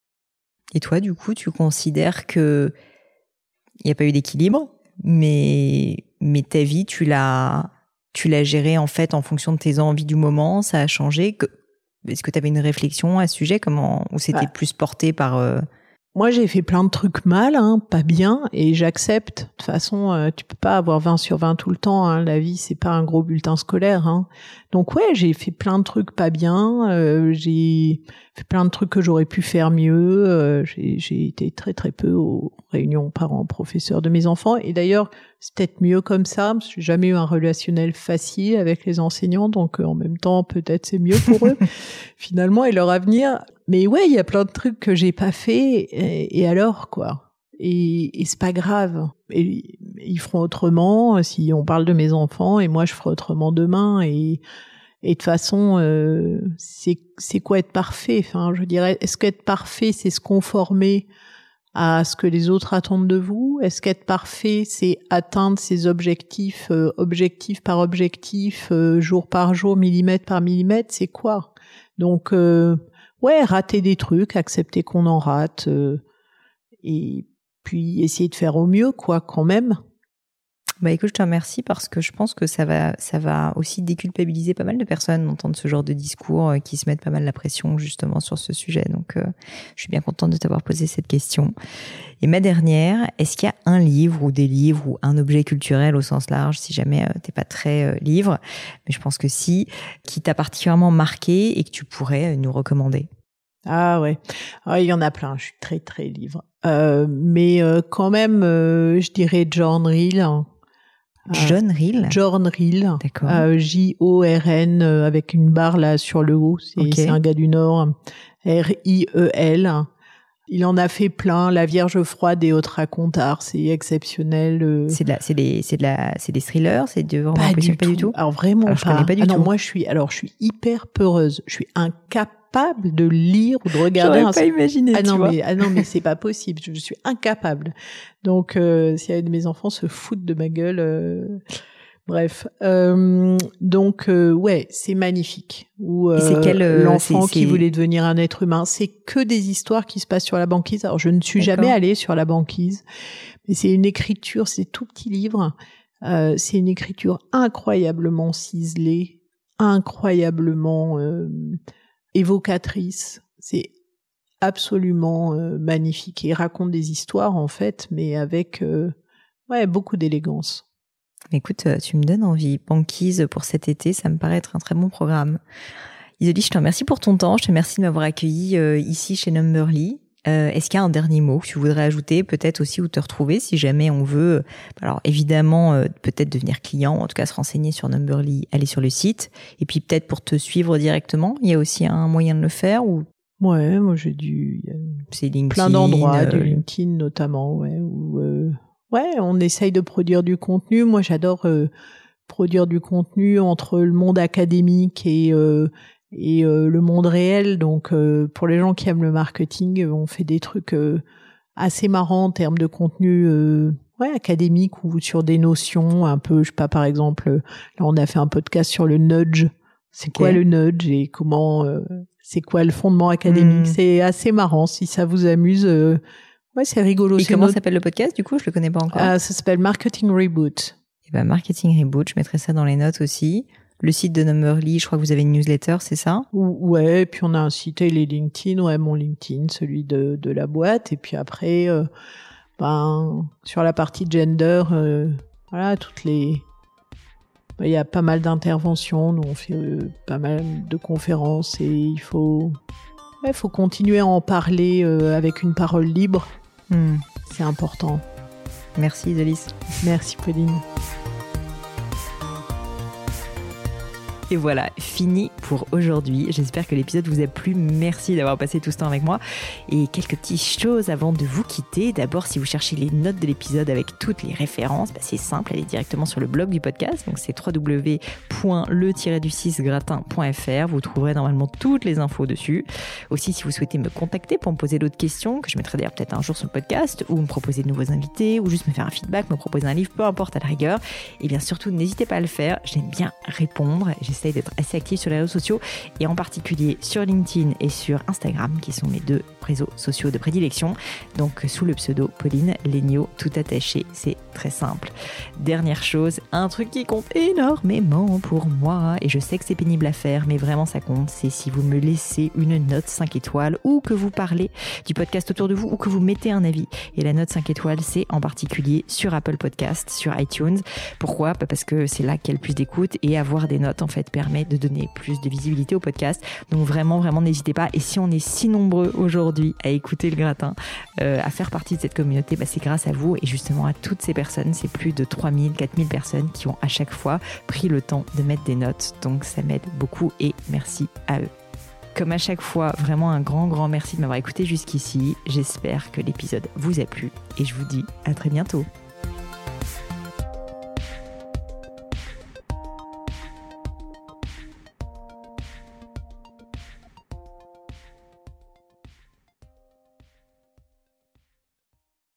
Et toi, du coup, tu considères que il n'y a pas eu d'équilibre, mais, mais ta vie, tu l'as, tu l'as gérée, en fait, en fonction de tes envies du moment, ça a changé. Que, Est-ce que tu avais une réflexion à ce sujet, comment, ou c'était bah, plus porté par... Euh... Moi, j'ai fait plein de trucs mal, hein, pas bien, et j'accepte. De toute façon, euh, tu peux pas avoir vingt sur vingt tout le temps. Hein, la vie, c'est pas un gros bulletin scolaire. Hein. Donc ouais, j'ai fait plein de trucs pas bien. Euh, j'ai fait plein de trucs que j'aurais pu faire mieux. Euh, j'ai, j'ai été très très peu aux réunions parents-professeurs de mes enfants. Et d'ailleurs, c'est peut-être mieux comme ça, parce que j'ai jamais eu un relationnel facile avec les enseignants, donc euh, en même temps, peut-être c'est mieux pour eux, finalement, et leur avenir. Mais ouais, il y a plein de trucs que j'ai pas fait, et, et alors, quoi. Et, et c'est pas grave. Et, ils feront autrement, si on parle de mes enfants, et moi, je ferai autrement demain, et... Et de toute façon, euh, c'est, c'est quoi être parfait? Enfin, je dirais, est-ce qu'être parfait, c'est se conformer à ce que les autres attendent de vous? Est-ce qu'être parfait, c'est atteindre ses objectifs, euh, objectif par objectif, euh, jour par jour, millimètre par millimètre? C'est quoi? Donc, euh, ouais, rater des trucs, accepter qu'on en rate, euh, et puis essayer de faire au mieux, quoi, quand même. Bah écoute, je te remercie parce que je pense que ça va, ça va aussi déculpabiliser pas mal de personnes d'entendre ce genre de discours euh, qui se mettent pas mal la pression justement sur ce sujet. Donc, euh, je suis bien contente de t'avoir posé cette question. Et ma dernière, est-ce qu'il y a un livre ou des livres ou un objet culturel au sens large, si jamais euh, t'es pas très euh, livre, mais je pense que si, qui t'a particulièrement marqué et que tu pourrais euh, nous recommander? Ah ouais, ah, il y en a plein, je suis très très livre. Euh, mais euh, quand même, euh, je dirais John Reel. John Reel. John Reel. D'accord. Euh, J O R N euh, avec une barre là sur le haut. C'est, okay. c'est un gars du Nord. R I E L. Il en a fait plein. La Vierge froide et autres racontars. C'est exceptionnel. Euh... C'est de la, c'est des, c'est de la, c'est des thrillers. C'est de vraiment pas du pas tout. du tout. Alors vraiment alors, pas. Je connais pas du ah tout. Non, moi je suis. Alors je suis hyper peureuse. Je suis incapable de lire ou de regarder. J'aurais un... pas imaginé. Ah non, tu vois. mais ah non, mais c'est pas possible. Je, je suis incapable. Donc, euh, si un de mes enfants se foutent de ma gueule, euh... bref. Euh, donc, euh, ouais, c'est magnifique. Ou euh, Et c'est quel, euh, l'enfant c'est, qui c'est... voulait devenir un être humain. C'est que des histoires qui se passent sur la banquise. Alors, je ne suis D'accord. jamais allée sur la banquise, mais c'est une écriture. C'est tout petit livre. Euh, c'est une écriture incroyablement ciselée, incroyablement euh, évocatrice. C'est absolument euh, magnifique. Et il raconte des histoires, en fait, mais avec euh, ouais, beaucoup d'élégance. Écoute, tu me donnes envie. Banquise pour cet été, ça me paraît être un très bon programme. Isolde, je te remercie pour ton temps. Je te remercie de m'avoir accueilli euh, ici chez Numberly. Euh, est-ce qu'il y a un dernier mot que tu voudrais ajouter, peut-être aussi où te retrouver, si jamais on veut, alors évidemment, euh, peut-être devenir client, ou en tout cas se renseigner sur Numberly, aller sur le site, et puis peut-être pour te suivre directement, il y a aussi un moyen de le faire ou... Ouais, moi j'ai du... C'est LinkedIn. Plein d'endroits, euh... du LinkedIn notamment, ouais, où... Euh... Ouais, on essaye de produire du contenu. Moi, j'adore euh, produire du contenu entre le monde académique et euh, et euh, le monde réel. Donc, euh, pour les gens qui aiment le marketing, on fait des trucs euh, assez marrants en termes de contenu euh, ouais, académique ou sur des notions un peu, je sais pas, par exemple, là, on a fait un podcast sur le nudge. C'est okay. Quoi le nudge et comment, euh, c'est quoi le fondement académique. Mmh. C'est assez marrant. Si ça vous amuse... Euh, Ouais, c'est rigolo. Et c'est comment notre... s'appelle le podcast, du coup? Je le connais pas encore. Euh, ça s'appelle Marketing Reboot. Et ben, Marketing Reboot, je mettrai ça dans les notes aussi. Le site de Numberly, je crois que vous avez une newsletter, c'est ça? Ouais, et puis on a un site et les LinkedIn, ouais, mon LinkedIn, celui de, de la boîte. Et puis après, euh, ben, sur la partie gender, euh, voilà, toutes les... Il y a pas mal d'interventions, nous on fait euh, pas mal de conférences et il faut... Ouais, faut continuer à en parler euh, avec une parole libre. Mmh. C'est important. Merci Isolde. Merci Pauline. Et voilà, fini pour aujourd'hui. J'espère que l'épisode vous a plu. Merci d'avoir passé tout ce temps avec moi. Et quelques petites choses avant de vous quitter. D'abord, si vous cherchez les notes de l'épisode avec toutes les références, bah c'est simple, allez directement sur le blog du podcast. Donc c'est w w w point le tiret du six gratin point f r. Vous trouverez normalement toutes les infos dessus. Aussi, si vous souhaitez me contacter pour me poser d'autres questions, que je mettrai d'ailleurs peut-être un jour sur le podcast, ou me proposer de nouveaux invités, ou juste me faire un feedback, me proposer un livre, peu importe à la rigueur, et bien surtout, n'hésitez pas à le faire. J'aime bien répondre. J'essaie d'être assez active sur les réseaux sociaux et en particulier sur LinkedIn et sur Instagram qui sont mes deux réseaux sociaux de prédilection. Donc sous le pseudo Pauline Léniaud, tout attaché, c'est très simple. Dernière chose, un truc qui compte énormément pour moi et je sais que c'est pénible à faire mais vraiment ça compte, c'est si vous me laissez une note cinq étoiles ou que vous parlez du podcast autour de vous ou que vous mettez un avis. Et la note cinq étoiles, c'est en particulier sur Apple Podcast, sur iTunes. Pourquoi ? Parce que c'est là qu'il y a le plus d'écoute et avoir des notes en fait permet de donner plus de visibilité au podcast. Donc vraiment, vraiment, n'hésitez pas. Et si on est si nombreux aujourd'hui à écouter le gratin, euh, à faire partie de cette communauté, bah, c'est grâce à vous et justement à toutes ces personnes. C'est plus de trois mille, quatre mille personnes qui ont à chaque fois pris le temps de mettre des notes. Donc ça m'aide beaucoup et merci à eux. Comme à chaque fois, vraiment un grand, grand merci de m'avoir écouté jusqu'ici. J'espère que l'épisode vous a plu et je vous dis à très bientôt.